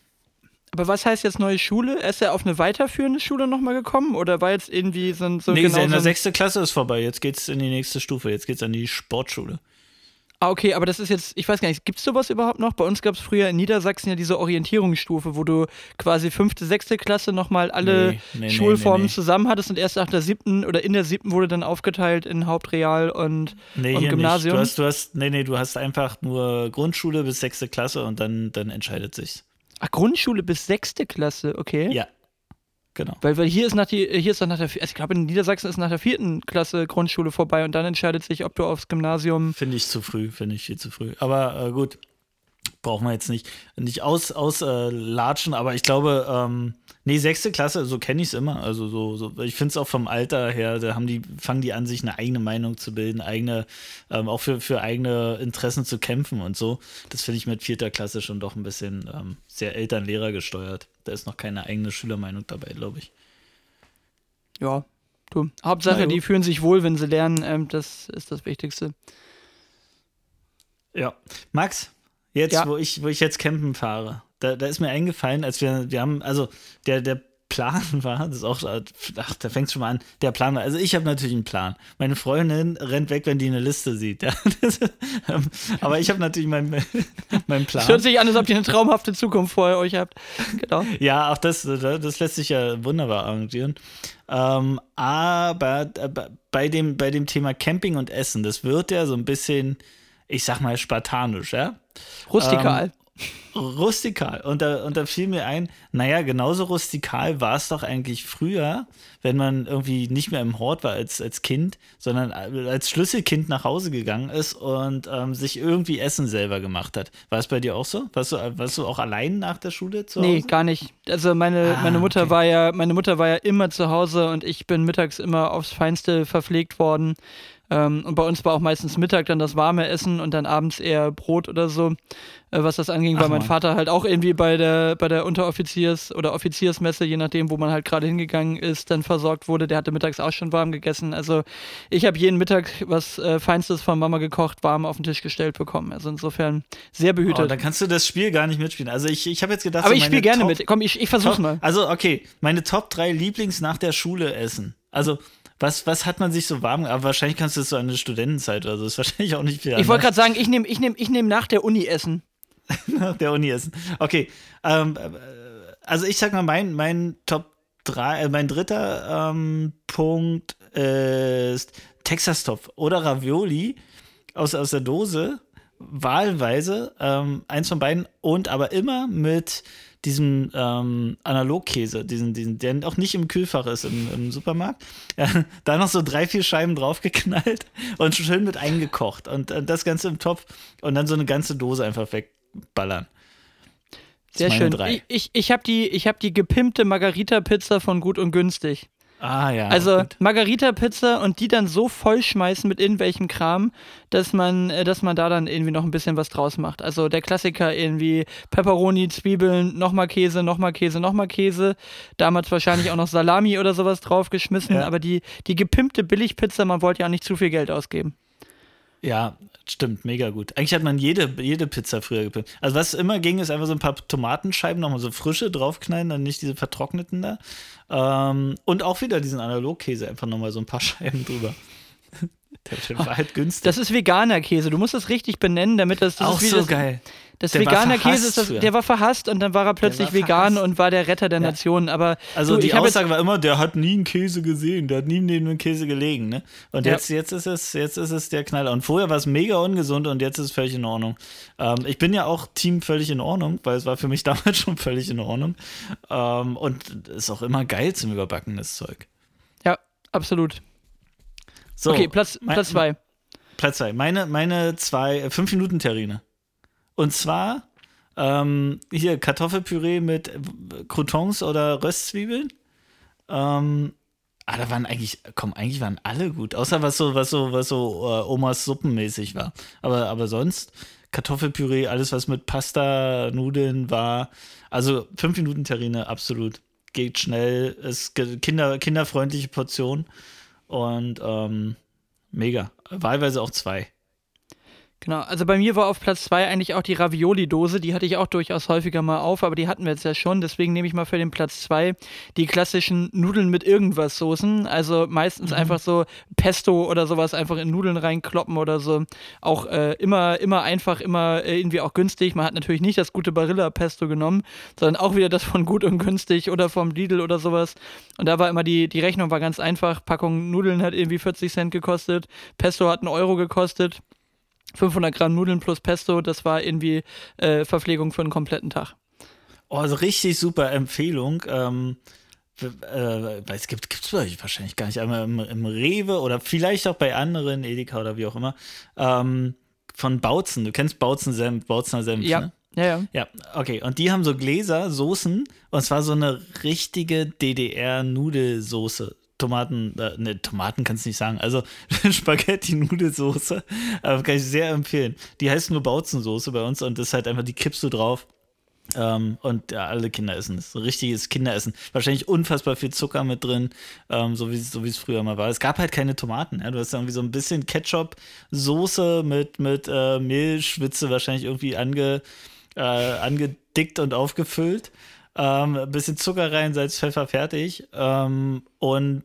Aber was heißt jetzt neue Schule? Ist er auf eine weiterführende Schule nochmal gekommen? Oder war jetzt irgendwie so ein. So nee, genau in so der ein sechste Klasse ist vorbei, jetzt geht's in die nächste Stufe, jetzt geht's an die Sportschule. Ah, okay, aber das ist jetzt, ich weiß gar nicht, gibt es sowas überhaupt noch? Bei uns gab es früher in Niedersachsen ja diese Orientierungsstufe, wo du quasi fünfte, sechste Klasse nochmal alle Nee, nee, nee, Schulformen nee, nee. zusammen hattest und erst nach der siebten oder in der siebten wurde dann aufgeteilt in Hauptreal und, Nee, und hier Gymnasium. nicht. Du hast, du hast, nee, nee, du hast einfach nur Grundschule bis sechste Klasse und dann, dann entscheidet sich's. Ach, Grundschule bis sechste Klasse, okay. Ja, genau. Weil, weil hier ist nach die, hier ist doch nach der, also ich glaube in Niedersachsen ist nach der vierten Klasse Grundschule vorbei und dann entscheidet sich, ob du aufs Gymnasium. Finde ich zu früh, finde ich viel zu früh. Aber äh, gut, brauchen wir jetzt nicht, nicht aus, aus äh, latschen, aber ich glaube, ähm, nee, sechste Klasse, so kenne ich es immer. Also so, so ich finde es auch vom Alter her, da haben die, fangen die an, sich eine eigene Meinung zu bilden, eigene, ähm, auch für, für eigene Interessen zu kämpfen und so. Das finde ich mit vierter Klasse schon doch ein bisschen ähm, sehr Eltern-Lehrer gesteuert. Da ist noch keine eigene Schülermeinung dabei, glaube ich. Ja, du. Hauptsache, Na gut. die fühlen sich wohl, wenn sie lernen. Ähm, das ist das Wichtigste. Ja. Max, jetzt, Ja. wo ich, wo ich jetzt campen fahre, da, da ist mir eingefallen, als wir, wir haben, also der, der Plan war, das ist auch, ach, da fängt es schon mal an, der Plan war, also ich habe natürlich einen Plan. Meine Freundin rennt weg, wenn die eine Liste sieht. Ja. Das, ähm, aber ich habe natürlich meinen mein Es hört Plan. sich an, als ob ihr eine traumhafte Zukunft vor euch habt. Genau. Ja, auch das, das lässt sich ja wunderbar arrangieren. Ähm, aber bei dem, bei dem Thema Camping und Essen, das wird ja so ein bisschen, ich sag mal, spartanisch, ja? Rustikal. Ähm, rustikal. Und da, und da fiel mir ein, naja, genauso rustikal war es doch eigentlich früher, wenn man irgendwie nicht mehr im Hort war als, als Kind, sondern als Schlüsselkind nach Hause gegangen ist und ähm, sich irgendwie Essen selber gemacht hat. War es bei dir auch so? Warst du, warst du auch allein nach der Schule zu Hause? Nee, gar nicht. Also meine, Ah, meine Mutter okay. war ja, meine Mutter war ja immer zu Hause und ich bin mittags immer aufs Feinste verpflegt worden. Ähm, und bei uns war auch meistens Mittag dann das warme Essen und dann abends eher Brot oder so, äh, was das anging, Ach, weil mein Mann. Vater halt auch irgendwie bei der, bei der Unteroffiziers- oder Offiziersmesse, je nachdem, wo man halt gerade hingegangen ist, dann versorgt wurde. Der hatte mittags auch schon warm gegessen. Also ich habe jeden Mittag was äh, Feinstes von Mama gekocht, warm auf den Tisch gestellt bekommen. Also insofern sehr Oh, behütet. dann kannst du das Spiel gar nicht mitspielen. Also ich, ich habe jetzt gedacht, Aber so ich meine spiele gerne Top, mit. Komm, ich, ich versuch's Top, mal. Also okay, meine Top drei Lieblings nach der Schule essen. Also was, was hat man sich so warm, aber wahrscheinlich kannst du das so an der Studentenzeit oder so, ist wahrscheinlich auch nicht viel Ich wollte anders. gerade sagen, ich nehme ich nehm, ich nehm nach der Uni Essen. Nach der Uni essen. Okay, ähm, äh, also ich sag mal, mein, mein Top drei, äh, mein dritter ähm, Punkt ist Texas-Topf oder Ravioli aus, aus der Dose, wahlweise, ähm, eins von beiden und aber immer mit diesem ähm, Analogkäse, diesen, diesen, der auch nicht im Kühlfach ist im, im Supermarkt. Ja, da noch so drei, vier Scheiben draufgeknallt und schön mit eingekocht und äh, das Ganze im Topf und dann so eine ganze Dose einfach wegballern. Das Sehr ist meine schön. drei. Ich, ich, ich habe die, ich hab die gepimpte Margarita-Pizza von Gut und Günstig. Ah ja. Also gut. Margarita-Pizza und die dann so vollschmeißen mit irgendwelchem Kram, dass man, äh, dass man da dann irgendwie noch ein bisschen was draus macht. Also der Klassiker irgendwie Pepperoni, Zwiebeln, nochmal Käse, nochmal Käse, nochmal Käse. Damals wahrscheinlich auch noch Salami oder sowas draufgeschmissen. Ja. Aber die, die gepimpte Billigpizza, man wollte ja auch nicht zu viel Geld ausgeben. Ja, stimmt, mega gut. Eigentlich hat man jede, jede Pizza früher gepimpt. Also was immer ging, ist einfach so ein paar Tomatenscheiben, nochmal so frische draufknallen, dann nicht diese vertrockneten da. Ähm, und auch wieder diesen Analogkäse, einfach nochmal so ein paar Scheiben drüber. Der war halt günstig. Das ist veganer Käse. Du musst das richtig benennen, damit das, das auch ist wie so das, geil. Das Der war veganer Käse verhasst ist das, früher. der war verhasst und dann war er plötzlich war vegan verhasst. und war der Retter der Ja. Nation. Aber Also du, die ich hab Aussage jetzt, war immer, der hat nie einen Käse gesehen, der hat nie neben einem Käse gelegen, ne? Und Ja. jetzt, jetzt ist es, jetzt ist es der Knaller. Und vorher war es mega ungesund und jetzt ist es völlig in Ordnung. Ähm, ich bin ja auch Team völlig in Ordnung, weil es war für mich damals schon völlig in Ordnung. Ähm, und ist auch immer geil zum Überbacken, das Zeug. ja, absolut. So, Okay, Platz, mein- Platz zwei. Platz zwei. Meine, meine zwei fünf Minuten Terrine. Und zwar ähm, hier Kartoffelpüree mit äh, Croutons oder Röstzwiebeln. Ähm, ah, da waren eigentlich, komm, eigentlich waren alle gut. Außer was so, was so, was so äh, Omas Suppenmäßig war. Aber, aber sonst Kartoffelpüree, alles was mit Pasta, Nudeln war. Also fünf Minuten Terrine, absolut. Geht schnell, ist ge- kinder, kinderfreundliche Portion. Und ähm, mega. Wahlweise auch zwei. Genau, also bei mir war auf Platz zwei eigentlich auch die Ravioli-Dose. Die hatte ich auch durchaus häufiger mal auf, aber die hatten wir jetzt ja schon. Deswegen nehme ich mal für den Platz zwei die klassischen Nudeln mit irgendwas Soßen. Also meistens einfach so Pesto oder sowas einfach in Nudeln reinkloppen oder so. Auch äh, immer, immer einfach, immer äh, irgendwie auch günstig. Man hat natürlich nicht das gute Barilla-Pesto genommen, sondern auch wieder das von Gut und Günstig oder vom Lidl oder sowas. Und da war immer die, die Rechnung war ganz einfach. Packung Nudeln hat irgendwie vierzig Cent gekostet. Pesto hat einen Euro gekostet. fünfhundert Gramm Nudeln plus Pesto, das war irgendwie äh, Verpflegung für einen kompletten Tag. Oh, also richtig super Empfehlung. Ähm, w- äh, weil es gibt es bei euch wahrscheinlich gar nicht. Einmal im, im Rewe oder vielleicht auch bei anderen, Edeka oder wie auch immer. Ähm, von Bautzen. Du kennst Bautzen Senf, Bautzener Senf, Ja, ne? ja, ja. Ja, okay. Und die haben so Gläser, Soßen. Und zwar so eine richtige D D R-Nudelsoße. Tomaten, äh, ne, Tomaten kannst du nicht sagen. Also Spaghetti-Nudelsoße. Äh, kann ich sehr empfehlen. Die heißt nur Bautzensoße bei uns und das ist halt einfach, die kippst du drauf. Ähm, und ja, alle Kinder essen das. So richtiges Kinderessen. Wahrscheinlich unfassbar viel Zucker mit drin, ähm, so wie so wie es früher mal war. Es gab halt keine Tomaten. Ja? Du hast irgendwie so ein bisschen Ketchup-Soße mit, mit äh, Mehlschwitze wahrscheinlich irgendwie ange, äh, angedickt und aufgefüllt. Ähm, ein bisschen Zucker rein, Salz, Pfeffer, fertig. Ähm, und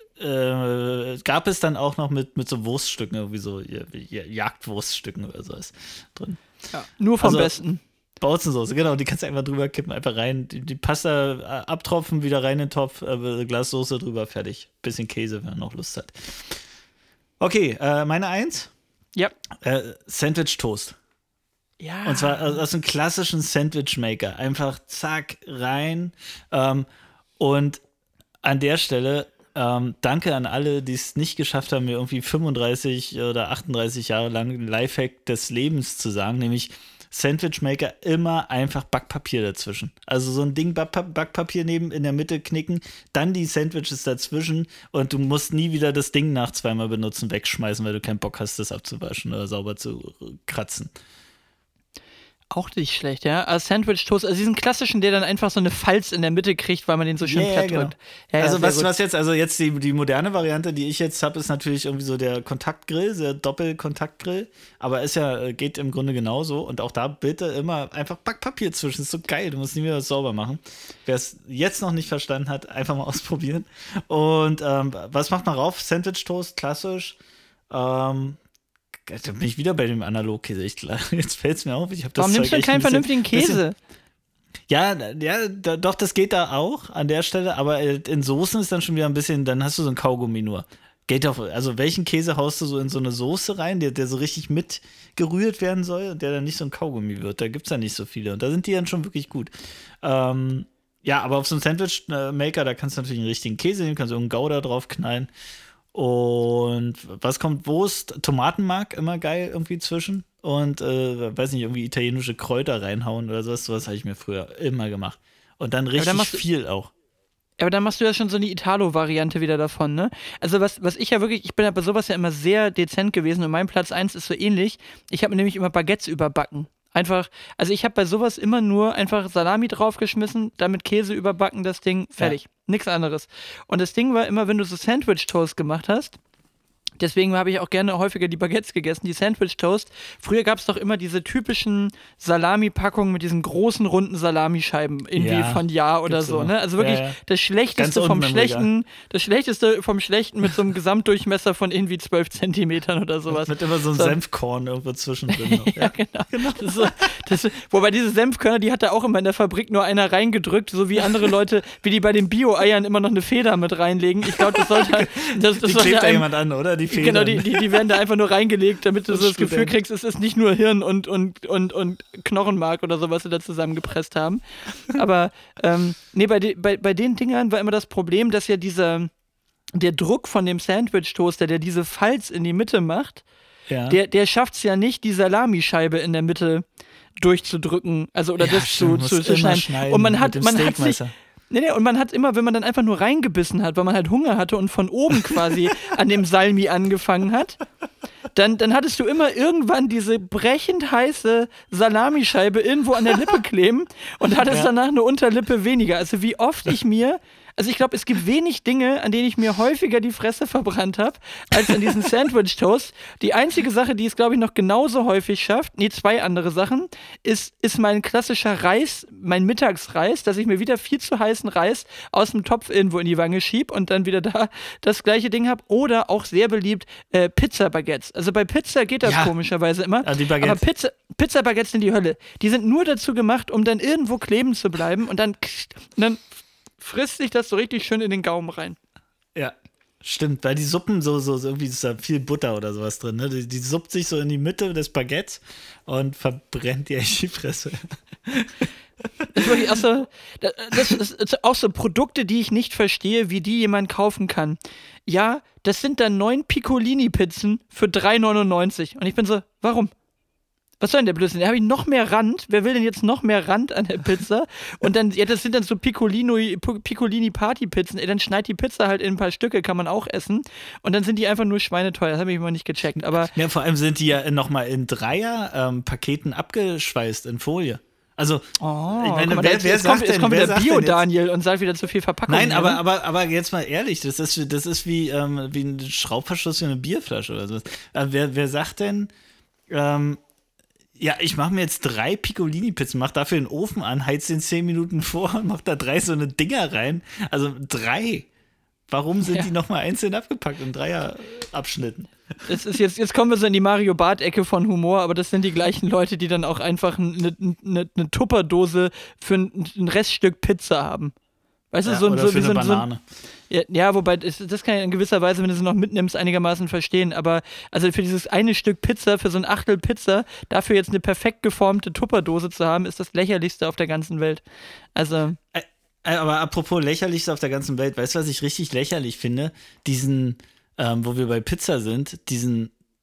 äh, gab es dann auch noch mit, mit so Wurststücken, irgendwie so ja, ja, Jagdwurststücken oder sowas drin. ja. Nur vom Also- Besten. Bautzensoße, genau, die kannst du einfach drüber kippen, einfach rein, die, die Pasta äh, abtropfen, wieder rein in den Topf, äh, Glas Soße drüber, fertig. Bisschen Käse, wenn man noch Lust hat. Okay, äh, meine Eins, Ja. äh, Sandwich Toast. Ja. Und zwar aus, aus einem klassischen Sandwich-Maker. Einfach zack, rein. Ähm, und an der Stelle ähm, danke an alle, die es nicht geschafft haben, mir irgendwie fünfunddreißig oder achtunddreißig Jahre lang den Lifehack des Lebens zu sagen, nämlich Sandwichmaker immer einfach Backpapier dazwischen. Also so ein Ding Backpa- Backpapier neben in der Mitte knicken, dann die Sandwiches dazwischen und du musst nie wieder das Ding nach zweimal benutzen, wegschmeißen, weil du keinen Bock hast, das abzuwaschen oder sauber zu kratzen. Auch nicht schlecht, ja. Also Sandwich-Toast, also diesen klassischen, der dann einfach so eine Falz in der Mitte kriegt, weil man den so schön Yeah, platt genau. drückt. Ja, ja, also sehr was, gut. was jetzt, also jetzt die, die moderne Variante, die ich jetzt habe, ist natürlich irgendwie so der Kontaktgrill, der Doppelkontaktgrill, aber ist ja, geht im Grunde genauso und auch da bitte immer einfach Backpapier zwischen, ist so geil, du musst nie wieder was sauber machen. Wer es jetzt noch nicht verstanden hat, einfach mal ausprobieren. Und ähm, was macht man rauf? Sandwich-Toast, klassisch. Ähm, Da bin ich wieder bei dem Analogkäse. Ich, jetzt fällt es mir auf. Ich hab das Warum nimmst Zeug du echt keinen ein bisschen- vernünftigen Käse? bisschen- Ja, ja, da, doch, das geht da auch an der Stelle, aber in Soßen ist dann schon wieder ein bisschen, dann hast du so ein Kaugummi nur. Geht auf, also welchen Käse haust du so in so eine Soße rein, der, der so richtig mitgerührt werden soll und der dann nicht so ein Kaugummi wird? Da gibt es ja nicht so viele und da sind die dann schon wirklich gut. Ähm, ja, aber auf so einem Sandwich-Maker, da kannst du natürlich einen richtigen Käse nehmen, kannst du irgendeinen Gouda drauf knallen. Und was kommt, Wurst, Tomatenmark, immer geil irgendwie zwischen. Und, äh, weiß nicht, irgendwie italienische Kräuter reinhauen oder sowas. Sowas habe ich mir früher immer gemacht. Und dann richtig dann machst du- viel auch. Aber dann machst du ja schon so eine Italo-Variante wieder davon, ne? Also was, was ich ja wirklich, ich bin ja bei sowas ja immer sehr dezent gewesen und mein Platz eins ist so ähnlich. Ich habe mir nämlich immer Baguettes überbacken. Einfach, also ich habe bei sowas immer nur einfach Salami draufgeschmissen, damit Käse überbacken, das Ding, fertig. Nichts anderes. Und das Ding war immer, wenn du so Sandwich-Toast gemacht hast, deswegen habe ich auch gerne häufiger die Baguettes gegessen, die Sandwich-Toast. Früher gab es doch immer diese typischen Salami-Packungen mit diesen großen, runden Salamischeiben, irgendwie Ja, von Jahr oder gibt's so, immer. ne? Also wirklich Ja, ja. das Schlechteste Ganz vom unten im Schlechten, das Schlechteste vom Schlechten mit so einem Gesamtdurchmesser von irgendwie zwölf Zentimetern oder sowas. Mit immer so einem So. Senfkorn irgendwo zwischendrin. Noch. Ja, genau. Das ist so, das ist, wobei diese Senfkörner, die hat da auch immer in der Fabrik nur einer reingedrückt, so wie andere Leute, wie die bei den Bio-Eiern immer noch eine Feder mit reinlegen. Ich glaube, das sollte halt- das, das Die sollte klebt da einem- jemand an, oder? Die Federn. Genau, die, die, die werden da einfach nur reingelegt, damit du Das so das stimmt, Gefühl ja. kriegst, es ist nicht nur Hirn und, und, und, und Knochenmark oder so, was sie da zusammengepresst haben. Aber ähm, nee, bei, de, bei, bei den Dingern war immer das Problem, dass ja dieser, der Druck von dem Sandwich-Toaster, der diese Falz in die Mitte macht, ja. der, der schafft es ja nicht, die Salamischeibe in der Mitte durchzudrücken, also oder Ja, das stimmt, zu, zu, musst zu immer schneiden. schneiden Und man mit hat, dem man hat sich, Steakmesser. nee, nee, und man hat immer, wenn man dann einfach nur reingebissen hat, weil man halt Hunger hatte und von oben quasi an dem Salmi angefangen hat, dann, dann hattest du immer irgendwann diese brechend heiße Salamischeibe irgendwo an der Lippe kleben und hattest Ja. danach eine Unterlippe weniger. Also wie oft ich mir, also ich glaube, es gibt wenig Dinge, an denen ich mir häufiger die Fresse verbrannt habe, als an diesen Sandwich-Toast. Die einzige Sache, die es, glaube ich, noch genauso häufig schafft, nee, zwei andere Sachen, ist, ist mein klassischer Reis, mein Mittagsreis, dass ich mir wieder viel zu heißen Reis aus dem Topf irgendwo in die Wange schieb und dann wieder da das gleiche Ding habe. Oder auch sehr beliebt, äh, Pizza-Baguettes. Also bei Pizza geht das Ja. komischerweise immer. Ah, die aber Baguette. Pizza, Pizza-Baguettes sind die Hölle. Die sind nur dazu gemacht, um dann irgendwo kleben zu bleiben und dann, und dann frisst sich das so richtig schön in den Gaumen rein. Ja, stimmt, weil die Suppen so, so, so irgendwie ist da viel Butter oder sowas drin, ne? Die, die suppt sich so in die Mitte des Baguettes und verbrennt dir echt die Fresse. Das ist wirklich auch so, das, das ist auch so Produkte, die ich nicht verstehe, wie die jemand kaufen kann. Ja, das sind dann neun Piccolini-Pizzen für drei neunundneunzig. Und ich bin so, warum? Was soll denn der Blödsinn? Da habe ich noch mehr Rand. Wer will denn jetzt noch mehr Rand an der Pizza? Und dann, ja, das sind dann so Piccolino, Piccolini-Party-Pizzen. Ey, dann schneid die Pizza halt in ein paar Stücke, kann man auch essen. Und dann sind die einfach nur schweineteuer. Das habe ich immer nicht gecheckt. Aber Ja, vor allem sind die ja nochmal in Dreier-Paketen abgeschweißt in Folie. Also, oh, ich meine, guck mal, wer, jetzt, wer jetzt kommt, sagt jetzt denn, kommt wer wieder sagt denn jetzt- Bio-Daniel und sagt wieder zu viel Verpackung. Nein, hier, aber, ne? aber, aber jetzt mal ehrlich, das ist, das ist wie, ähm, wie ein Schraubverschluss für eine Bierflasche oder sowas. Äh, wer, wer sagt denn, ähm, ja, ich mache mir jetzt drei Piccolini-Pizzen, mach dafür den Ofen an, heiz den zehn Minuten vor und mach da drei so eine Dinger rein. Also drei. Warum sind Ja. die nochmal einzeln abgepackt in Dreierabschnitten? Das ist jetzt, jetzt kommen wir so in die Mario Barth-Ecke von Humor, aber das sind die gleichen Leute, die dann auch einfach eine, eine, eine Tupperdose für ein, ein Reststück Pizza haben. Weißt du, Ja, so, ein- oder so für wie so, eine ein- so ein- Banane. ja, ja, wobei, das, das kann ich in gewisser Weise, wenn du sie noch mitnimmst, einigermaßen verstehen. Aber also für dieses eine Stück Pizza, für so ein Achtel Pizza, dafür jetzt eine perfekt geformte Tupperdose zu haben, ist das lächerlichste auf der ganzen Welt. Also, Äh, Aber apropos lächerlichste auf der ganzen Welt, weißt du, was ich richtig lächerlich finde? Diesen, ähm, wo wir bei Pizza sind, diesen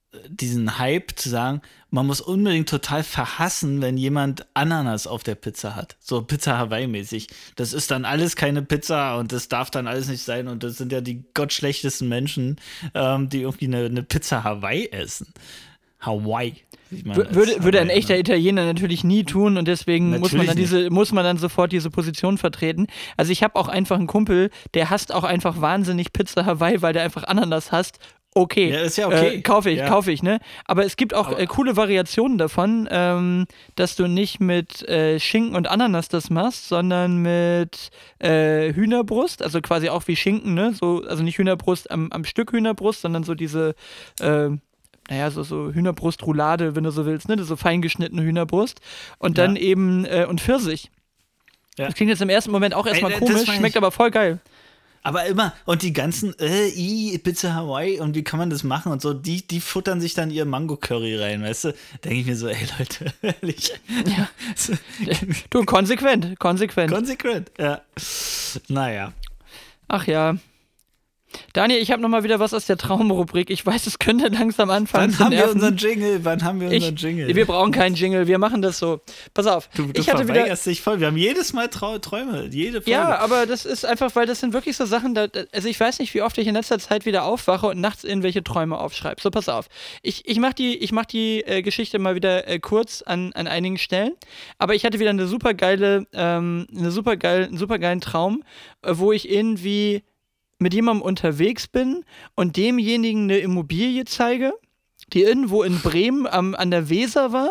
diesen Hype zu sagen, man muss unbedingt total verhassen, wenn jemand Ananas auf der Pizza hat. So Pizza Hawaii-mäßig. Das ist dann alles keine Pizza und das darf dann alles nicht sein. Und das sind ja die gottschlechtesten Menschen, ähm, die irgendwie eine, eine Pizza Hawaii essen. Hawaii. Ich meine, W- würde, würde ein Hawaii, echter ne? Italiener natürlich nie tun und deswegen muss man, Natürlich dann diese, muss man dann sofort diese Position vertreten. Also ich habe auch einfach einen Kumpel, der hasst auch einfach wahnsinnig Pizza Hawaii, weil der einfach Ananas hasst. Okay, Ja, ist ja okay. Äh, kaufe ich, Ja. kaufe ich, ne? Aber es gibt auch Aber- äh, coole Variationen davon, ähm, dass du nicht mit äh, Schinken und Ananas das machst, sondern mit äh, Hühnerbrust, also quasi auch wie Schinken, ne? So, also nicht Hühnerbrust am, am Stück Hühnerbrust, sondern so diese, äh, naja, so, so Hühnerbrustroulade, wenn du so willst, ne? So fein geschnittene Hühnerbrust. Und dann Ja. eben, äh, und Pfirsich. Ja. Das klingt jetzt im ersten Moment auch erstmal Ey, das komisch, meine schmeckt ich. aber voll geil. Aber immer, und die ganzen, äh, i, Pizza Hawaii und wie kann man das machen und so, die, die futtern sich dann ihr Mango-Curry rein, weißt du? Denke ich mir so, ey Leute, ehrlich. Ja. Du, konsequent, konsequent. Konsequent, ja. Naja. Ach ja. Daniel, ich habe noch mal wieder was aus der Traumrubrik. Ich weiß, es könnte langsam anfangen Wann zu haben wir nerven. unseren Jingle? Wann haben wir unseren ich, Jingle? Wir brauchen keinen Jingle, wir machen das so. Pass auf. du du ich hatte wieder, verweigerst dich voll. Wir haben jedes Mal Trau Träume, jede Folge. ja, aber das ist einfach, weil das sind wirklich so Sachen, da, also ich weiß nicht, wie oft ich in letzter Zeit wieder aufwache und nachts irgendwelche Träume aufschreibe. So, pass auf. Ich, ich mache die, ich mach die äh, Geschichte mal wieder äh, kurz an, an einigen Stellen, aber ich hatte wieder eine super geile, ähm, eine super geil, einen super geilen Traum, äh, wo ich irgendwie mit jemandem unterwegs bin und demjenigen eine Immobilie zeige, die irgendwo in Bremen am, an der Weser war.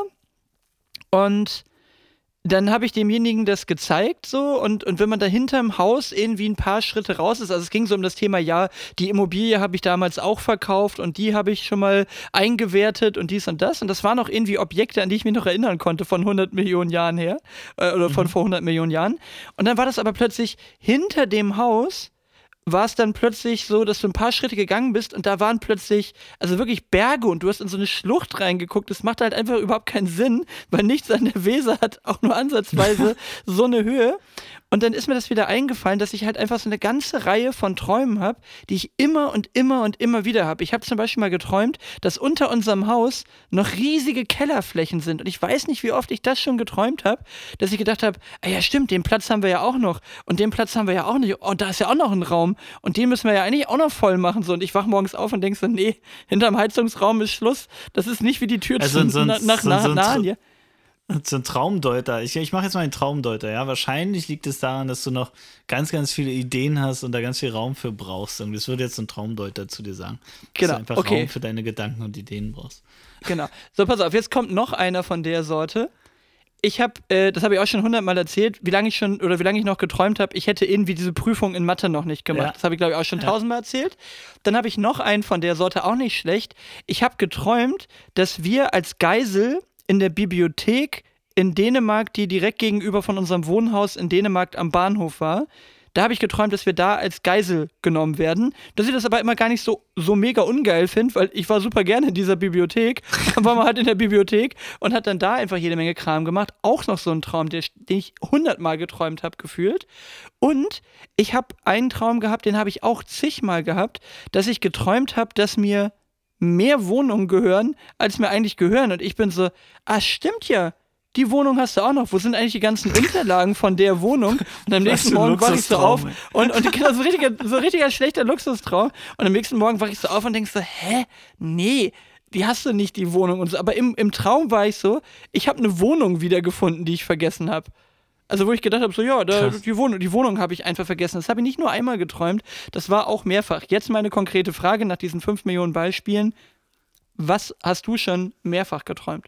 Und dann habe ich demjenigen das gezeigt so und, und wenn man da hinterm Haus irgendwie ein paar Schritte raus ist, also es ging so um das Thema, ja, die Immobilie habe ich damals auch verkauft und die habe ich schon mal eingewertet und dies und das und das waren auch irgendwie Objekte, an die ich mich noch erinnern konnte von hundert Millionen Jahren her äh, oder von vor hundert Millionen Jahren und dann war das aber plötzlich hinter dem Haus war es dann plötzlich so, dass du ein paar Schritte gegangen bist und da waren plötzlich, also wirklich Berge und du hast in so eine Schlucht reingeguckt. Das macht halt einfach überhaupt keinen Sinn, weil nichts an der Weser hat auch nur ansatzweise so eine Höhe. Und dann ist mir das wieder eingefallen, dass ich halt einfach so eine ganze Reihe von Träumen habe, die ich immer und immer und immer wieder habe. Ich habe zum Beispiel mal geträumt, dass unter unserem Haus noch riesige Kellerflächen sind. Und ich weiß nicht, wie oft ich das schon geträumt habe, dass ich gedacht habe, ah ja stimmt, den Platz haben wir ja auch noch. Und den Platz haben wir ja auch nicht. Und da ist ja auch noch ein Raum. Und den müssen wir ja eigentlich auch noch voll machen. So. Und ich wache morgens auf und denke so, nee, hinterm Heizungsraum ist Schluss. Das ist nicht wie die Tür Also zu, so ein- na, nach so ein- nach so ein Narnia. So ein Traumdeuter. Ich, ich mache jetzt mal einen Traumdeuter, ja. Wahrscheinlich liegt es daran, dass du noch ganz, ganz viele Ideen hast und da ganz viel Raum für brauchst. Und das würde jetzt ein Traumdeuter zu dir sagen. Genau, Dass du einfach okay. Raum für deine Gedanken und Ideen brauchst. Genau. So, pass auf, jetzt kommt noch einer von der Sorte. Ich habe, äh, das habe ich auch schon hundertmal erzählt, wie lange ich schon oder wie lange ich noch geträumt habe, ich hätte irgendwie diese Prüfung in Mathe noch nicht gemacht. Ja. Das habe ich, glaube ich, auch schon Ja. tausendmal erzählt. Dann habe ich noch einen von der Sorte, auch nicht schlecht. Ich habe geträumt, dass wir als Geisel in der Bibliothek in Dänemark, die direkt gegenüber von unserem Wohnhaus in Dänemark am Bahnhof war, da habe ich geträumt, dass wir da als Geisel genommen werden. Dass ich das aber immer gar nicht so, so mega ungeil finde, weil ich war super gerne in dieser Bibliothek. Dann war man halt in der Bibliothek und hat dann da einfach jede Menge Kram gemacht. Auch noch so ein Traum, der, den ich hundertmal geträumt habe, gefühlt. Und ich habe einen Traum gehabt, den habe ich auch zigmal gehabt, dass ich geträumt habe, dass mir mehr Wohnungen gehören, als mir eigentlich gehören. Und ich bin so, ah, stimmt ja. Die Wohnung hast du auch noch. Wo sind eigentlich die ganzen Unterlagen von der Wohnung? Und am Was nächsten für ein Morgen wache ich so auf Luxustraum, und, und genau, so richtiger, so richtiger schlechter Luxustraum. Und am nächsten Morgen wache ich so auf und denke so, hä? Nee, die hast du nicht, die Wohnung. Und so. Aber im, im Traum war ich so, ich habe eine Wohnung wiedergefunden, die ich vergessen habe. Also wo ich gedacht habe, so ja, da, die Wohnung, die Wohnung habe ich einfach vergessen. Das habe ich nicht nur einmal geträumt, das war auch mehrfach. Jetzt meine konkrete Frage nach diesen fünf Millionen Beispielen. Was hast du schon mehrfach geträumt?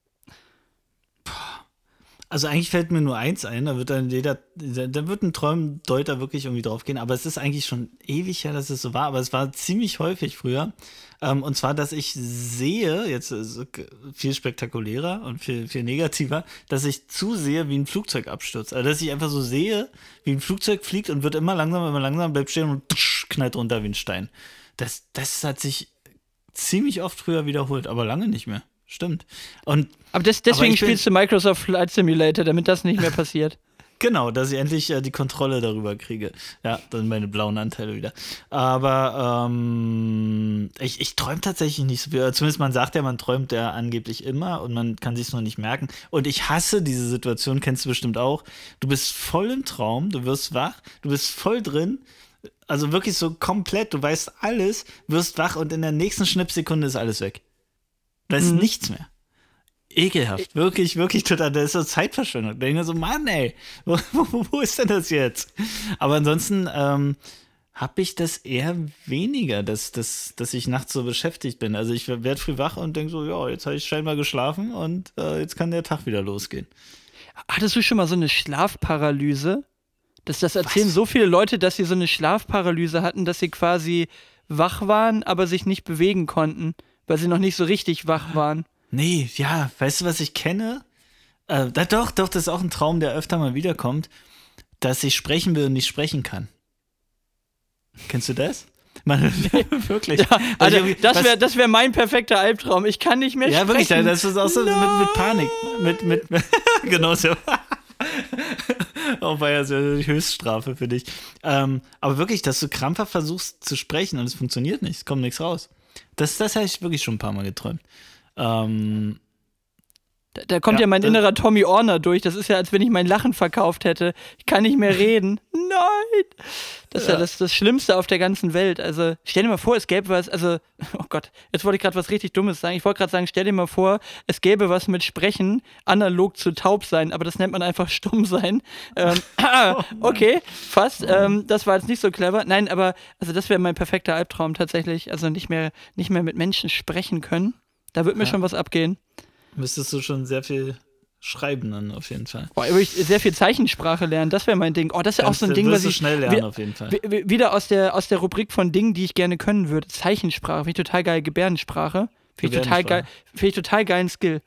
Also eigentlich fällt mir nur eins ein, da wird dann jeder, da wird ein Traumdeuter wirklich irgendwie drauf gehen, aber es ist eigentlich schon ewig her, dass es so war, aber es war ziemlich häufig früher. Ähm, und zwar, dass ich sehe, jetzt ist viel spektakulärer und viel, viel negativer, dass ich zusehe, wie ein Flugzeug abstürzt. Also dass ich einfach so sehe, wie ein Flugzeug fliegt und wird immer langsamer, immer langsamer, bleibt stehen und tsch, knallt runter wie ein Stein. Das, das hat sich ziemlich oft früher wiederholt, aber lange nicht mehr. Stimmt. Und Aber das, deswegen ich bin- spielst du Microsoft Flight Simulator, damit das nicht mehr passiert. Genau, dass ich endlich äh, die Kontrolle darüber kriege. Ja, dann meine blauen Anteile wieder. Aber ähm, ich, ich träume tatsächlich nicht so viel. Zumindest man sagt ja, man träumt ja angeblich immer und man kann sich noch nicht merken. Und ich hasse diese Situation, kennst du bestimmt auch. Du bist voll im Traum, du wirst wach, du bist voll drin. Also wirklich so komplett, du weißt alles, wirst wach und in der nächsten Schnippsekunde ist alles weg. Da ist Mhm. nichts mehr. Ekelhaft, wirklich, wirklich total, das ist so Zeitverschwendung. Ich denke so, Mann, ey, wo, wo, wo ist denn das jetzt? Aber ansonsten ähm, habe ich das eher weniger, dass, dass, dass ich nachts so beschäftigt bin. Also ich werde früh wach und denke so, ja, jetzt habe ich scheinbar geschlafen und äh, jetzt kann der Tag wieder losgehen. Hattest du schon mal so eine Schlafparalyse? Das, das erzählen Was? so viele Leute, dass sie so eine Schlafparalyse hatten, dass sie quasi wach waren, aber sich nicht bewegen konnten, weil sie noch nicht so richtig wach waren. Nee, ja, weißt du, was ich kenne? Äh, da, doch, doch, das ist auch ein Traum, der öfter mal wiederkommt, dass ich sprechen will und nicht sprechen kann. Kennst du das? Man, wirklich. Ja, also Also, das was- wäre das wär mein perfekter Albtraum. Ich kann nicht mehr Ja, sprechen. wirklich, das ist auch so mit, mit Panik. Mit, mit, mit genau so. Auch war ja so die Höchststrafe für dich. Ähm, aber wirklich, dass du krampfhaft versuchst zu sprechen und es funktioniert nicht, es kommt nichts raus. Das, das habe ich wirklich schon ein paar Mal geträumt. Ähm, Da, da kommt ja, Ja, mein das- innerer Tommy Orner durch. Das ist ja, als wenn ich mein Lachen verkauft hätte. Ich kann nicht mehr reden. Nein! Das ist ja, Ja. das, das Schlimmste auf der ganzen Welt. Also, stell dir mal vor, es gäbe was, also, oh Gott, jetzt wollte ich gerade was richtig Dummes sagen. Ich wollte gerade sagen, stell dir mal vor, es gäbe was mit Sprechen, analog zu taub sein, aber das nennt man einfach stumm sein. Ähm, okay, fast. Ähm, das war jetzt nicht so clever. Nein, aber, also, das wäre mein perfekter Albtraum tatsächlich. Also, nicht mehr, nicht mehr mit Menschen sprechen können. Da wird mir Ja. schon was abgehen. müsstest du schon sehr viel schreiben dann auf jeden Fall. Boah, würde ich sehr viel Zeichensprache lernen, das wäre mein Ding. Oh, das ist ja auch so ein Ding, was wirst du ich schnell lernen wi- auf jeden Fall. wi- wieder aus der, aus der Rubrik von Dingen, die ich gerne können würde. Zeichensprache, finde ich total geil. Gebärdensprache, finde ich total geil. Finde ich total geilen Skill.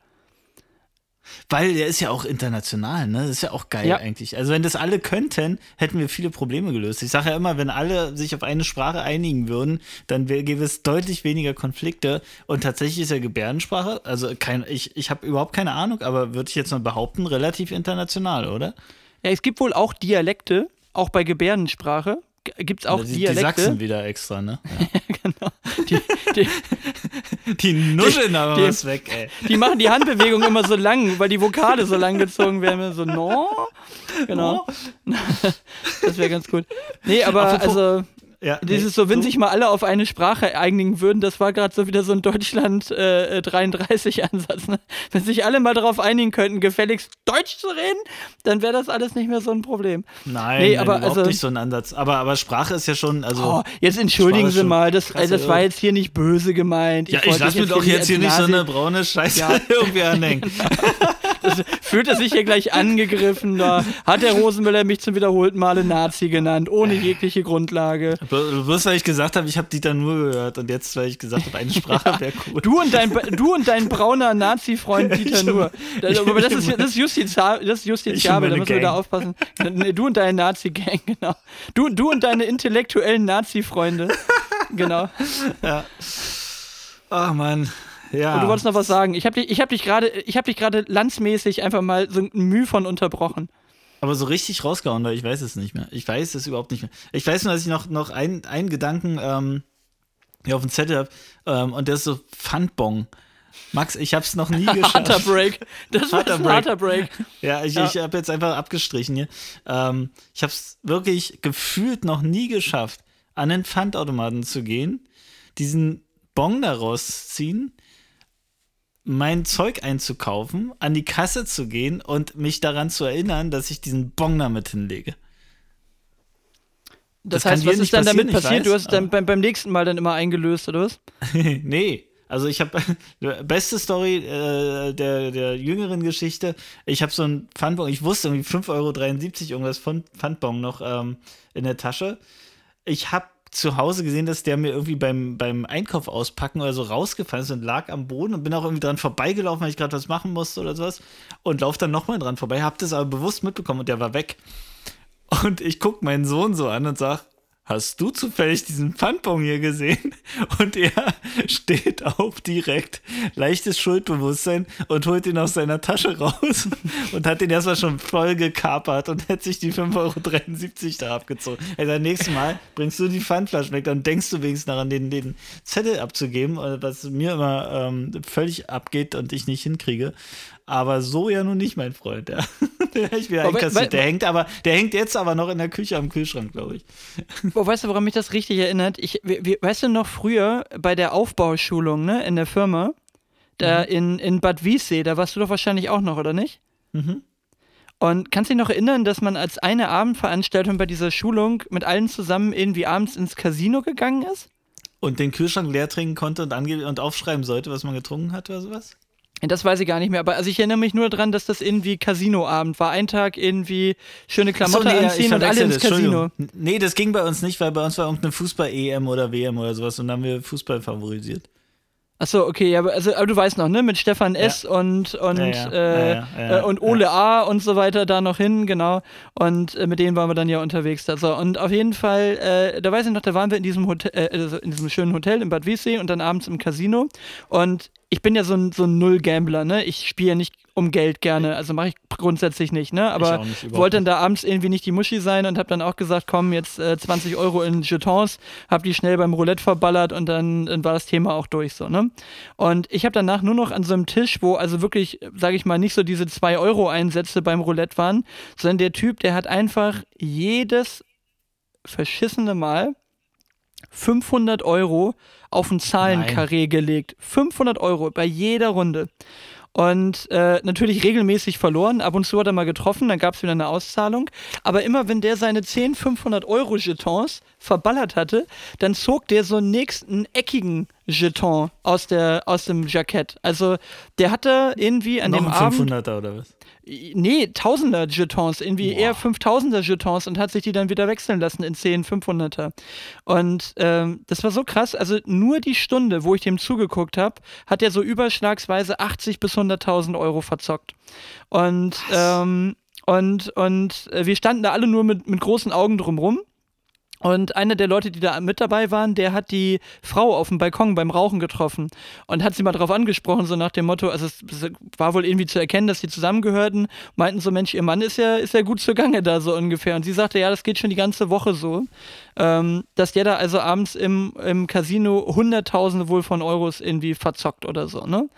Weil der ist ja auch international, ne? Das ist ja auch geil Ja. eigentlich. Also wenn das alle könnten, hätten wir viele Probleme gelöst. Ich sage ja immer, wenn alle sich auf eine Sprache einigen würden, dann wär- gäbe es deutlich weniger Konflikte. Und tatsächlich ist ja Gebärdensprache, also kein, ich, ich habe überhaupt keine Ahnung, aber würde ich jetzt mal behaupten, relativ international, oder? Ja, es gibt wohl auch Dialekte, auch bei Gebärdensprache. Gibt es auch die, die Dialekte. Sachsen wieder extra, ne? Ja. Genau. Die, die, Die nuscheln aber die- was weg, ey. die machen die Handbewegung immer so lang, weil die Vokale so lang gezogen werden. So, no. Genau. Das wäre ganz gut. Nee, aber Apropos- also. Ja, Dieses so, wenn sich mal alle auf eine Sprache einigen würden, das war gerade so wieder so ein Deutschland äh, dreiunddreißig-Ansatz. Ne? Wenn sich alle mal darauf einigen könnten, gefälligst Deutsch zu reden, dann wäre das alles nicht mehr so ein Problem. Nein, Nee, nein, aber überhaupt also- nicht so ein Ansatz. Aber, aber Sprache ist ja schon, also. Oh, jetzt entschuldigen Sprache Sie schon mal, das, krass, äh, das ja. war jetzt hier nicht böse gemeint. ja, ich wollte lass dich mir doch jetzt hier als nicht so Nazi- eine braune Scheiße Ja. irgendwie anhängen. Das fühlt er sich hier gleich angegriffen. Da hat der Rosenmüller mich zum wiederholten Male Nazi genannt, ohne jegliche Grundlage. Bloß weil ich gesagt habe, ich habe Dieter Nuhr gehört und jetzt, weil ich gesagt habe, eine Sprache wäre cool. Du und dein, du und dein brauner Nazi-Freund Dieter Ich- Nuhr. Das, aber das ich- ist, das ist justiziabel, das ist justiziabel, da meine müssen wir da Gang. aufpassen. Nee, du und deine Nazi-Gang, genau. Du, du und deine intellektuellen Nazi-Freunde. Genau. Ach Mann, ja. Und du wolltest noch was sagen. Ich habe dich, ich hab dich gerade ich hab dich gerade landsmäßig einfach mal so ein Mühe von unterbrochen. Aber so richtig rausgehauen, weil ich weiß es nicht mehr. Ich weiß es überhaupt nicht mehr. Ich weiß nur, dass ich noch, noch einen, einen Gedanken ähm, hier auf dem Zettel habe ähm, und der ist so Pfandbon. Max, ich habe es noch nie geschafft. Harter Break. Das war Harter ein Break. harter Break. Ja, ich, Ja. ich habe jetzt einfach abgestrichen hier. Ähm, ich habe es wirklich gefühlt noch nie geschafft, an den Pfandautomaten zu gehen, diesen Bon da rausziehen, mein Zeug einzukaufen, an die Kasse zu gehen und mich daran zu erinnern, dass ich diesen Bon damit hinlege. Das, Das kann heißt, dir was ist nicht dann damit passieren, ich passiert? Du weiß, hast es dann aber- beim, beim nächsten Mal dann immer eingelöst, oder was? Nee, also ich habe beste Story äh, der, der jüngeren Geschichte. Ich habe so einen Pfandbon, ich wusste irgendwie fünf Euro dreiundsiebzig irgendwas von Pfandbon noch ähm, in der Tasche. Ich habe zu Hause gesehen, dass der mir irgendwie beim, beim Einkauf auspacken oder so rausgefallen ist und lag am Boden und bin auch irgendwie dran vorbeigelaufen, weil ich gerade was machen musste oder sowas und laufe dann nochmal dran vorbei, habe das aber bewusst mitbekommen und der war weg. Und ich gucke meinen Sohn so an und sag, hast du zufällig diesen Pfandbon hier gesehen? Und er steht auf direkt, leichtes Schuldbewusstsein und holt ihn aus seiner Tasche raus und hat ihn erstmal schon voll gekapert und hat sich die fünf Euro dreiundsiebzig da abgezogen. Also das nächste Mal bringst du die Pfandflaschen weg, dann denkst du wenigstens daran, den, den Zettel abzugeben, was mir immer ähm, völlig abgeht und ich nicht hinkriege. Aber so ja nun nicht, mein Freund. Ja. Der, ich wieder einkassiert. Der hängt aber, der hängt jetzt aber noch in der Küche am Kühlschrank, glaube ich. Boah, weißt du, woran mich das richtig erinnert? Ich, wir, wir, weißt du noch früher bei der Aufbauschulung, ne, in der Firma, da mhm. in, in Bad Wiessee, da warst du doch wahrscheinlich auch noch, oder nicht? Mhm. Und kannst du dich noch erinnern, dass man als eine Abendveranstaltung bei dieser Schulung mit allen zusammen irgendwie abends ins Casino gegangen ist? Und den Kühlschrank leer trinken konnte und, ange- und aufschreiben sollte, was man getrunken hat oder sowas? Das weiß ich gar nicht mehr, aber also ich erinnere mich nur daran, dass das irgendwie Casinoabend war. Ein Tag irgendwie schöne Klamotten so, nee, anziehen und alle ins Casino. Nee, das ging bei uns nicht, weil bei uns war irgendeine Fußball-E M oder W M oder sowas und dann haben wir Fußball favorisiert. Achso, okay, aber, also, aber du weißt noch, ne? Mit Stefan S. Ja. und, und, ja, ja. Äh, Ja, ja, ja, und Ole A. und so weiter da noch hin, genau. Und äh, mit denen waren wir dann ja unterwegs. Also, und auf jeden Fall, äh, da weiß ich noch, da waren wir in diesem Hotel, äh, also in diesem schönen Hotel in Bad Wiessee und dann abends im Casino. Und ich bin ja so ein, so ein Null-Gambler, ne? Ich spiele ja nicht um Geld gerne, also mache ich grundsätzlich nicht, ne? Aber nicht, wollte dann da abends irgendwie nicht die Muschi sein und habe dann auch gesagt, komm, jetzt äh, zwanzig Euro in Jetons, hab die schnell beim Roulette verballert und dann, dann war das Thema auch durch, so, ne? Und ich habe danach nur noch an so einem Tisch, wo also wirklich, sage ich mal, nicht so diese zwei Euro Einsätze beim Roulette waren, sondern der Typ, der hat einfach jedes verschissene Mal fünfhundert Euro auf ein Zahlenkarree gelegt. fünfhundert Euro bei jeder Runde. Und äh, natürlich regelmäßig verloren. Ab und zu hat er mal getroffen, dann gab es wieder eine Auszahlung. Aber immer wenn der seine zehn fünfhundert Euro Jetons verballert hatte, dann zog der so einen nächsten eckigen Jeton aus, der, aus dem Jackett. Also der hatte irgendwie an Noch dem ein Abend... fünfhunderter oder was? Nee, Tausender Jetons, irgendwie Boah. eher fünftausender Jetons und hat sich die dann wieder wechseln lassen in zehn fünfhunderter. Und ähm, das war so krass, also nur die Stunde, wo ich dem zugeguckt habe, hat er so überschlagsweise achtzig bis hunderttausend Euro verzockt. Und, ähm, und, und äh, wir standen da alle nur mit, mit großen Augen drumrum. Und einer der Leute, die da mit dabei waren, der hat die Frau auf dem Balkon beim Rauchen getroffen und hat sie mal darauf angesprochen, so nach dem Motto, also es, es war wohl irgendwie zu erkennen, dass sie zusammengehörten, meinten so, Mensch, ihr Mann ist ja, ist ja gut zugange da so ungefähr. Und sie sagte, ja, das geht schon die ganze Woche so, ähm, dass der da also abends im, im Casino Hunderttausende wohl von Euros irgendwie verzockt oder so, ne?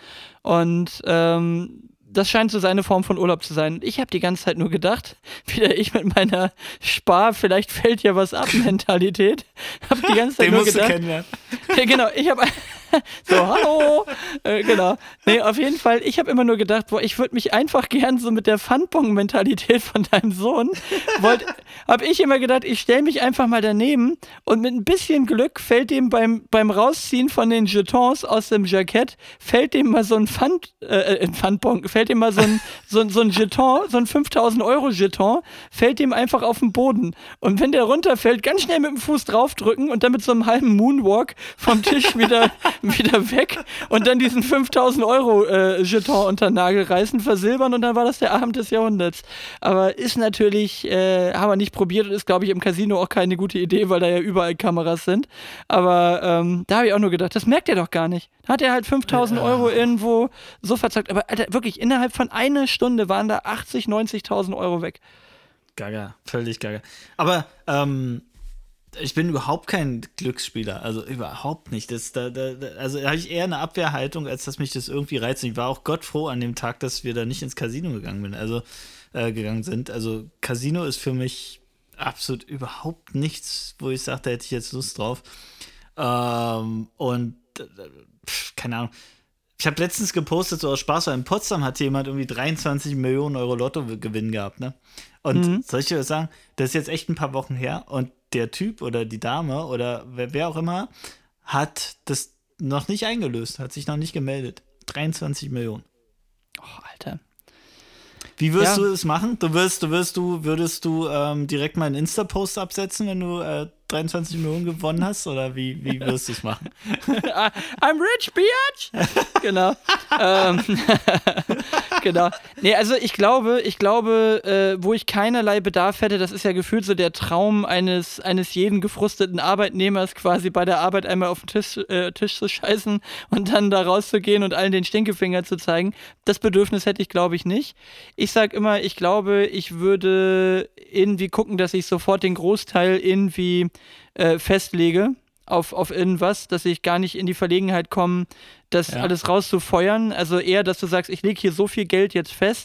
Und ähm, das scheint so seine Form von Urlaub zu sein. Und ich habe die ganze Zeit nur gedacht, wieder ich mit meiner Spar, vielleicht fällt ja was ab Mentalität. Hab die ganze Zeit Den nur musst gedacht. Du kennenlernen. Ja, genau, ich habe so, hallo, äh, genau. Nee, auf jeden Fall, ich habe immer nur gedacht, boah, ich würde mich einfach gern so mit der Pfandbon-Mentalität von deinem Sohn, habe ich immer gedacht, ich stelle mich einfach mal daneben und mit ein bisschen Glück fällt dem beim, beim Rausziehen von den Jetons aus dem Jackett, fällt dem mal so ein Pfand, äh, ein Pfandbon, fällt dem mal so ein, so, so ein Jeton, so ein fünftausend Euro Jeton, fällt dem einfach auf den Boden. Und wenn der runterfällt, ganz schnell mit dem Fuß draufdrücken und dann mit so einem halben Moonwalk vom Tisch wieder wieder weg und dann diesen fünftausend Euro äh, Jeton unter den Nagel reißen, versilbern und dann war das der Abend des Jahrhunderts. Aber ist natürlich, äh, haben wir nicht probiert und ist, glaube ich, im Casino auch keine gute Idee, weil da ja überall Kameras sind. Aber ähm, da habe ich auch nur gedacht, das merkt er doch gar nicht. Da hat er halt fünftausend Euro irgendwo so verzockt. Aber Alter, wirklich, innerhalb von einer Stunde waren da achtzig, neunzigtausend Euro weg. Gaga, völlig gaga. Aber, ähm, ich bin überhaupt kein Glücksspieler, also überhaupt nicht. Das, da, da, also da habe ich eher eine Abwehrhaltung, als dass mich das irgendwie reizt. Ich war auch Gott froh an dem Tag, dass wir da nicht ins Casino gegangen bin, also äh, gegangen sind. Also Casino ist für mich absolut überhaupt nichts, wo ich sage, da hätte ich jetzt Lust drauf. Ähm, und äh, pf, keine Ahnung. Ich habe letztens gepostet, so aus Spaß, weil in Potsdam hat jemand irgendwie dreiundzwanzig Millionen Euro Lottogewinn gehabt, ne? Und mhm. soll ich dir was sagen? Das ist jetzt echt ein paar Wochen her und der Typ oder die Dame oder wer, wer auch immer hat das noch nicht eingelöst, hat sich noch nicht gemeldet. dreiundzwanzig Millionen. Oh, Alter. Wie wirst ja. du es machen? Du wirst, du wirst, du, würdest du ähm, direkt mal einen Insta-Post absetzen, wenn du äh, dreiundzwanzig Millionen gewonnen hast? Oder wie, wie wirst du es machen? I'm rich, bitch! Genau. ähm, Genau. Nee, also ich glaube, ich glaube, äh, wo ich keinerlei Bedarf hätte, das ist ja gefühlt so der Traum eines, eines jeden gefrusteten Arbeitnehmers, quasi bei der Arbeit einmal auf den Tisch, äh, Tisch zu scheißen und dann da rauszugehen und allen den Stinkefinger zu zeigen. Das Bedürfnis hätte ich, glaube ich, nicht. Ich sag immer, ich glaube, ich würde irgendwie gucken, dass ich sofort den Großteil irgendwie äh, festlege auf, auf irgendwas, dass ich gar nicht in die Verlegenheit komme, das Ja. alles rauszufeuern. Also eher, dass du sagst, ich lege hier so viel Geld jetzt fest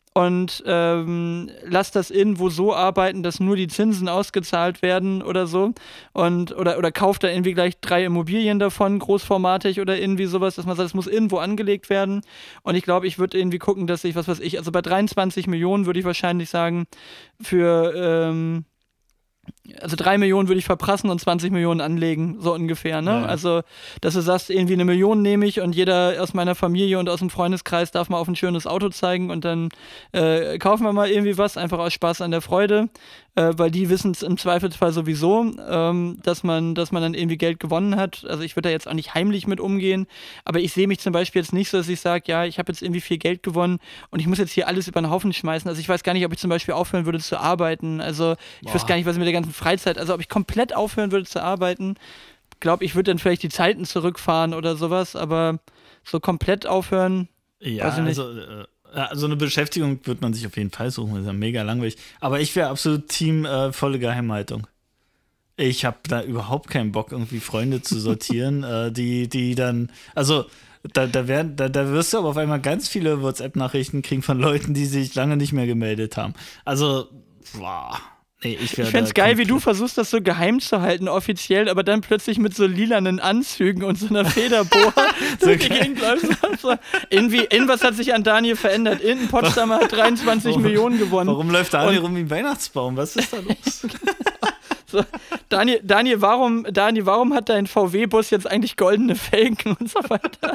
und ähm, lass das irgendwo so arbeiten, dass nur die Zinsen ausgezahlt werden oder so. Und, oder, oder kauft da irgendwie gleich drei Immobilien davon, großformatig oder irgendwie sowas, dass man sagt, es muss irgendwo angelegt werden. Und ich glaube, ich würde irgendwie gucken, dass ich, was weiß ich, also bei dreiundzwanzig Millionen würde ich wahrscheinlich sagen, für ähm, also drei Millionen würde ich verprassen und zwanzig Millionen anlegen, so ungefähr, ne? Ja. Also, dass du sagst, irgendwie eine Million nehme ich und jeder aus meiner Familie und aus dem Freundeskreis darf mal auf ein schönes Auto zeigen und dann äh, kaufen wir mal irgendwie was, einfach aus Spaß an der Freude, äh, weil die wissen es im Zweifelsfall sowieso, ähm, dass man, dass man dann irgendwie Geld gewonnen hat. Also ich würde da jetzt auch nicht heimlich mit umgehen, aber ich sehe mich zum Beispiel jetzt nicht so, dass ich sage, ja, ich habe jetzt irgendwie viel Geld gewonnen und ich muss jetzt hier alles über den Haufen schmeißen. Also ich weiß gar nicht, ob ich zum Beispiel aufhören würde zu arbeiten. Also ich Boah. weiß gar nicht, was mit der ganzen Freizeit, also ob ich komplett aufhören würde zu arbeiten. Ich glaube, ich würde dann vielleicht die Zeiten zurückfahren oder sowas, aber so komplett aufhören, Ja, weiß ich nicht. also, äh, also eine Beschäftigung wird man sich auf jeden Fall suchen, das ist ja mega langweilig. Aber ich wäre absolut Team äh, volle Geheimhaltung. Ich habe da überhaupt keinen Bock, irgendwie Freunde zu sortieren, äh, die, die dann, also da, da, werden, da, da wirst du aber auf einmal ganz viele WhatsApp-Nachrichten kriegen von Leuten, die sich lange nicht mehr gemeldet haben. Also, boah. Nee, ich Ich fänd's geil, wie du versuchst, das so geheim zu halten, offiziell, aber dann plötzlich mit so lilanen Anzügen und so einer Federboa So durch die geil. Gegend läufst. So. Irgendwie, irgendwas hat sich an Daniel verändert. Irgendein Potsdamer hat dreiundzwanzig Warum- Millionen gewonnen. Warum läuft Daniel Und- rum wie ein Weihnachtsbaum? Was ist da los? So. Daniel, Daniel, warum, Daniel, warum hat dein V W-Bus jetzt eigentlich goldene Felgen und so weiter?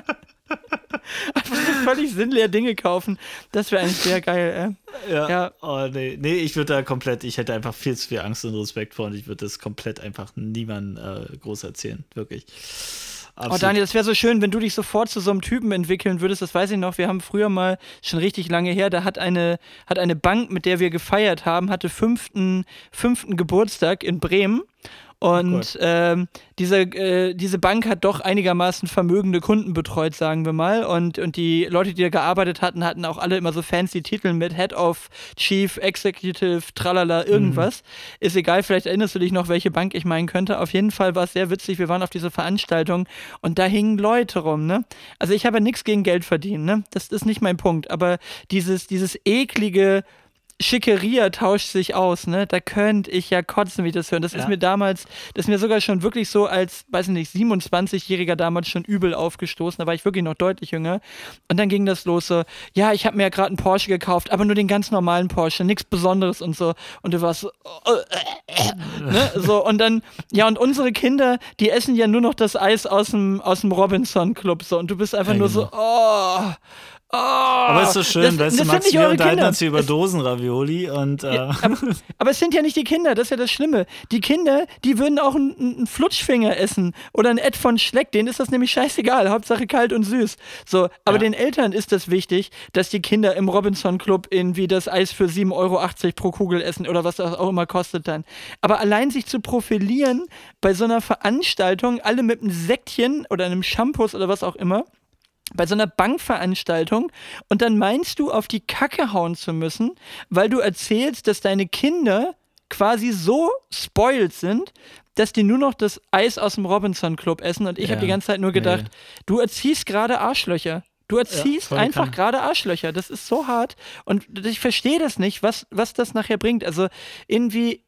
Einfach so völlig sinnleer Dinge kaufen. Das wäre eigentlich sehr geil, ey. Ja. Ja. Oh, nee. Nee, ich würde da komplett, ich hätte einfach viel zu viel Angst und Respekt vor und ich würde das komplett einfach niemandem äh, groß erzählen. Wirklich. Oh, Absolut. Daniel, das wäre so schön, wenn du dich sofort zu so einem Typen entwickeln würdest. Das weiß ich noch. Wir haben früher mal, schon richtig lange her, da hat eine, hat eine Bank, mit der wir gefeiert haben, hatte fünften, fünften Geburtstag in Bremen. Und Gott. ähm, diese, äh, diese Bank hat doch einigermaßen vermögende Kunden betreut, sagen wir mal. Und, und die Leute, die da gearbeitet hatten, hatten auch alle immer so fancy Titel mit Head of, Chief, Executive, tralala, irgendwas. Ist egal, vielleicht erinnerst du dich noch, welche Bank ich meinen könnte. Auf jeden Fall war es sehr witzig. Wir waren auf dieser Veranstaltung und da hingen Leute rum, ne? Also ich habe ja nichts gegen Geld verdienen, ne? Das ist nicht mein Punkt. Aber dieses, dieses eklige Schickeria tauscht sich aus, ne? Da könnte ich ja kotzen, wie ich das höre. Das Ja. ist mir damals, das ist mir sogar schon wirklich so als, weiß ich nicht, siebenundzwanzigjähriger damals schon übel aufgestoßen. Da war ich wirklich noch deutlich jünger. Und dann ging das los so, ja, ich habe mir ja gerade einen Porsche gekauft, aber nur den ganz normalen Porsche, nichts Besonderes und so. Und du warst so, äh, äh, ne? So, und dann, ja, und unsere Kinder, die essen ja nur noch das Eis aus dem, aus dem Robinson Club, so. Und du bist einfach Ja, nur genau. so, oh, oh. Aber es ist so schön, das, weißt du, das sind Max, nicht wir eure unterhalten Kinder. uns hier über Es- Dosenravioli und äh, Ja, aber, aber es sind ja nicht die Kinder, das ist ja das Schlimme. Die Kinder, die würden auch einen, einen Flutschfinger essen oder ein Ed von Schleck, denen ist das nämlich scheißegal, Hauptsache kalt und süß. So, aber Ja. den Eltern ist das wichtig, dass die Kinder im Robinson Club irgendwie das Eis für sieben Euro achtzig pro Kugel essen oder was das auch immer kostet dann. Aber allein sich zu profilieren bei so einer Veranstaltung, alle mit einem Säckchen oder einem Shampoos oder was auch immer, bei so einer Bankveranstaltung und dann meinst du, auf die Kacke hauen zu müssen, weil du erzählst, dass deine Kinder quasi so spoiled sind, dass die nur noch das Eis aus dem Robinson Club essen und ich Ja, habe die ganze Zeit nur gedacht, nee. du erziehst gerade Arschlöcher. Du erziehst volle einfach Kanne. gerade Arschlöcher. Das ist so hart und ich verstehe das nicht, was, was das nachher bringt. Also irgendwie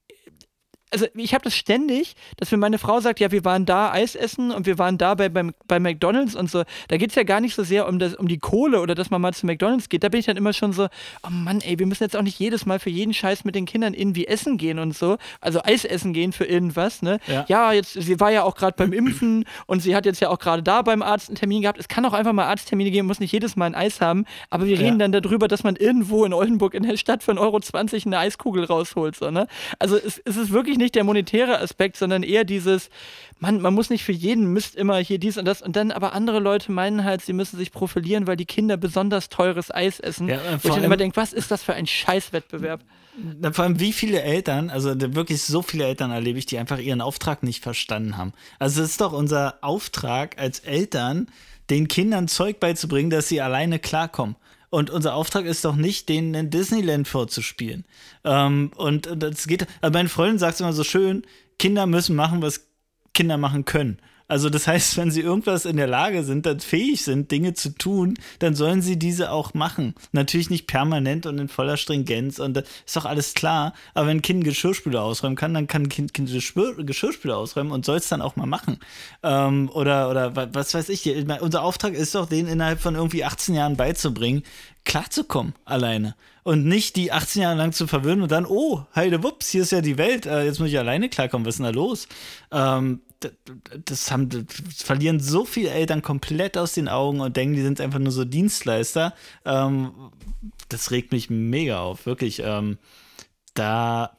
also ich habe das ständig, dass mir meine Frau sagt, ja, wir waren da Eis essen und wir waren da bei, beim, bei McDonalds und so. Da geht es ja gar nicht so sehr um, das, um die Kohle oder dass man mal zu McDonalds geht. Da bin ich dann immer schon so, oh Mann, ey, wir müssen jetzt auch nicht jedes Mal für jeden Scheiß mit den Kindern irgendwie essen gehen und so. Also Eis essen gehen für irgendwas, ne? Ja. Ja, jetzt, sie war ja auch gerade beim Impfen und sie hat jetzt ja auch gerade da beim Arzt einen Termin gehabt. Es kann auch einfach mal Arzttermine geben, muss nicht jedes Mal ein Eis haben. Aber wir reden Ja. dann darüber, dass man irgendwo in Oldenburg in der Stadt für einen Euro zwanzig eine Eiskugel rausholt, so, ne? Also es, es ist wirklich nicht der monetäre Aspekt, sondern eher dieses, man, man muss nicht für jeden Mist immer hier dies und das und dann aber andere Leute meinen halt, sie müssen sich profilieren, weil die Kinder besonders teures Eis essen. Ja, wo ich dann immer denke, was ist das für ein Scheißwettbewerb? Vor allem, wie viele Eltern, also wirklich so viele Eltern erlebe ich, die einfach ihren Auftrag nicht verstanden haben. Also es ist doch unser Auftrag als Eltern, den Kindern Zeug beizubringen, dass sie alleine klarkommen. Und unser Auftrag ist doch nicht, denen in Disneyland vorzuspielen. Ähm, und das geht, also meine Freundin sagt es immer so schön, Kinder müssen machen, was Kinder machen können. Also das heißt, wenn sie irgendwas in der Lage sind, dann fähig sind, Dinge zu tun, dann sollen sie diese auch machen. Natürlich nicht permanent und in voller Stringenz und das ist doch alles klar. Aber wenn ein Kind einen Geschirrspüler ausräumen kann, dann kann ein Kind, kind Geschirrspüler ausräumen und soll es dann auch mal machen. Ähm, oder, oder was weiß ich. Unser Auftrag ist doch, denen innerhalb von irgendwie achtzehn Jahren beizubringen, klarzukommen alleine. Und nicht die achtzehn Jahre lang zu verwöhnen und dann, oh, heide wups, hier ist ja die Welt, äh, jetzt muss ich alleine klarkommen, was ist denn da los? Ähm, das, das, haben, das verlieren so viele Eltern komplett aus den Augen und denken, die sind einfach nur so Dienstleister. Ähm, das regt mich mega auf, wirklich. Ähm, da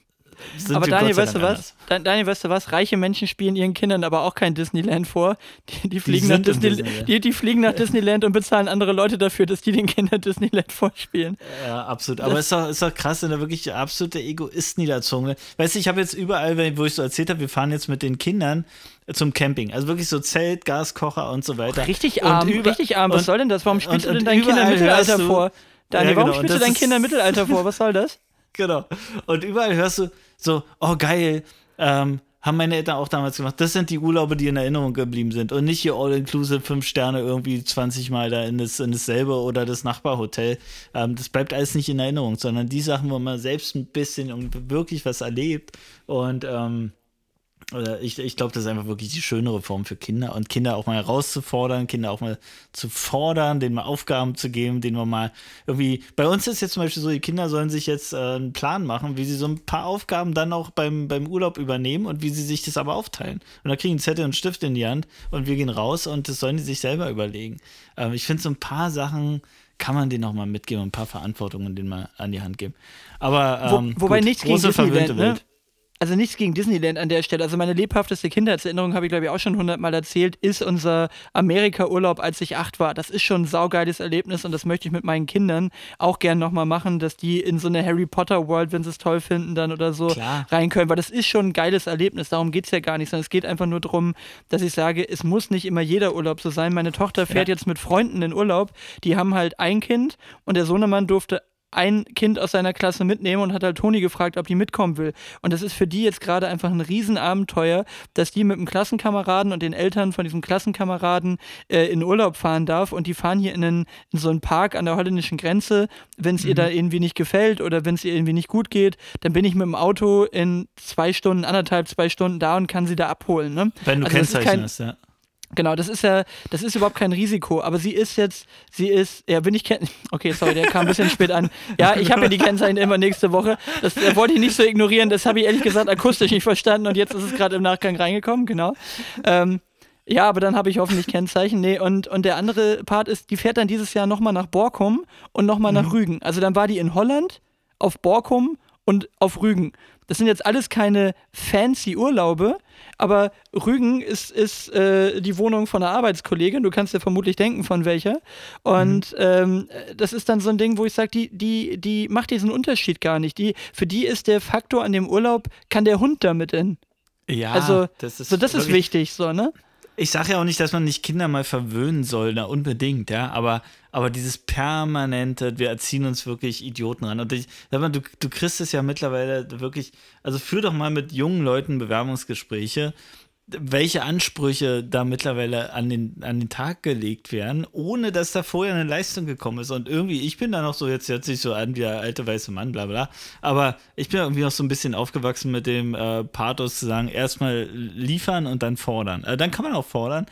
sind aber wir Daniel, Gott sei weißt du Dank was? Dan- Daniel, weißt du was? Reiche Menschen spielen ihren Kindern aber auch kein Disneyland vor. Die, die, fliegen, nach sind im Disney, Disneyland. die, die fliegen nach Disneyland und bezahlen andere Leute dafür, dass die den Kindern Disneyland vorspielen. Ja, absolut. Aber es ist doch, ist doch krass, wenn da wirklich absolute Egoisten niederzogen werden. Weißt du, ich habe jetzt überall, wenn- wo ich so erzählt habe, wir fahren jetzt mit den Kindern zum Camping. Also wirklich so Zelt, Gaskocher und so weiter. Richtig Und arm, über- richtig arm. Was und- soll denn das? Warum spielst und- du denn und deinen Kindern überall hörst Mittelalter du- vor? Daniel, Ja, genau. warum Und spielst du das deinen ist- Kindern Mittelalter vor? Was soll das? Genau. Und überall hörst du so, oh geil, ähm, haben meine Eltern auch damals gemacht. Das sind die Urlaube, die in Erinnerung geblieben sind. Und nicht hier all-inclusive fünf Sterne irgendwie zwanzig Mal da in, das, in dasselbe oder das Nachbarhotel. Ähm, das bleibt alles nicht in Erinnerung, sondern die Sachen, wo man selbst ein bisschen und wirklich was erlebt. Und ähm, oder ich, ich glaube, das ist einfach wirklich die schönere Form für Kinder und Kinder auch mal herauszufordern, Kinder auch mal zu fordern, denen mal Aufgaben zu geben, denen man mal irgendwie, bei uns ist jetzt zum Beispiel so, die Kinder sollen sich jetzt äh, einen Plan machen, wie sie so ein paar Aufgaben dann auch beim, beim Urlaub übernehmen und wie sie sich das aber aufteilen. Und da kriegen die Zettel und einen Stift in die Hand und wir gehen raus und das sollen die sich selber überlegen. Ähm, ich finde, so ein paar Sachen kann man denen auch mal mitgeben und ein paar Verantwortungen denen mal an die Hand geben. Aber ähm, Wo, wobei gut, nichts gegen große verwöhnte Disneyland, ne? Welt. Also nichts gegen Disneyland an der Stelle. Also meine lebhafteste Kindheitserinnerung, habe ich glaube ich auch schon hundertmal erzählt, ist unser Amerika-Urlaub, als ich acht war. Das ist schon ein saugeiles Erlebnis und das möchte ich mit meinen Kindern auch gern nochmal machen, dass die in so eine Harry Potter-World, wenn sie es toll finden, dann oder so Klar. rein können, weil das ist schon ein geiles Erlebnis. Darum geht es ja gar nicht, sondern es geht einfach nur darum, dass ich sage, es muss nicht immer jeder Urlaub so sein. Meine Tochter fährt Ja. jetzt mit Freunden in Urlaub, die haben halt ein Kind und der Sohnemann durfte ein Kind aus seiner Klasse mitnehmen und hat halt Toni gefragt, ob die mitkommen will. Und das ist für die jetzt gerade einfach ein Riesenabenteuer, dass die mit einem Klassenkameraden und den Eltern von diesem Klassenkameraden äh, in Urlaub fahren darf und die fahren hier in, einen, in so einen Park an der holländischen Grenze. Wenn es ihr da irgendwie nicht gefällt oder wenn es ihr irgendwie nicht gut geht, dann bin ich mit dem Auto in zwei Stunden, anderthalb, zwei Stunden da und kann sie da abholen. Ne? Wenn du Also das ist Kennzeichen kein- hast, ja. Genau, das ist ja, das ist überhaupt kein Risiko, aber sie ist jetzt, sie ist, ja, bin ich kenn, okay, sorry, der kam ein bisschen spät an. Ja, ich habe ja die Kennzeichen immer nächste Woche. Das, das wollte ich nicht so ignorieren, das habe ich ehrlich gesagt akustisch nicht verstanden und jetzt ist es gerade im Nachgang reingekommen, genau. Ähm, ja, aber dann habe ich hoffentlich Kennzeichen. Nee, und, und der andere Part ist, die fährt dann dieses Jahr nochmal nach Borkum und nochmal nach Rügen. Also dann war die in Holland, auf Borkum und auf Rügen. Das sind jetzt alles keine fancy Urlaube, aber Rügen ist, ist äh, die Wohnung von einer Arbeitskollegin. Du kannst dir vermutlich denken, von welcher. Und mhm. ähm, das ist dann so ein Ding, wo ich sage, die, die, die macht diesen Unterschied gar nicht. Die, für die ist der Faktor an dem Urlaub, kann der Hund damit hin. Ja, Also, das ist, so, das ist wirklich- wichtig, so, ne? Ich sage ja auch nicht, dass man nicht Kinder mal verwöhnen soll, na unbedingt, ja, aber, aber dieses permanente, wir erziehen uns wirklich Idioten ran. Und ich sag mal, du, du kriegst es ja mittlerweile wirklich, also führ doch mal mit jungen Leuten Bewerbungsgespräche, welche Ansprüche da mittlerweile an den, an den Tag gelegt werden, ohne dass da vorher eine Leistung gekommen ist. Und irgendwie, ich bin da noch so, jetzt hört sich so an wie der alte weiße Mann, bla bla, aber ich bin irgendwie noch so ein bisschen aufgewachsen mit dem äh, Pathos zu sagen, erstmal liefern und dann fordern. Äh, dann kann man auch fordern,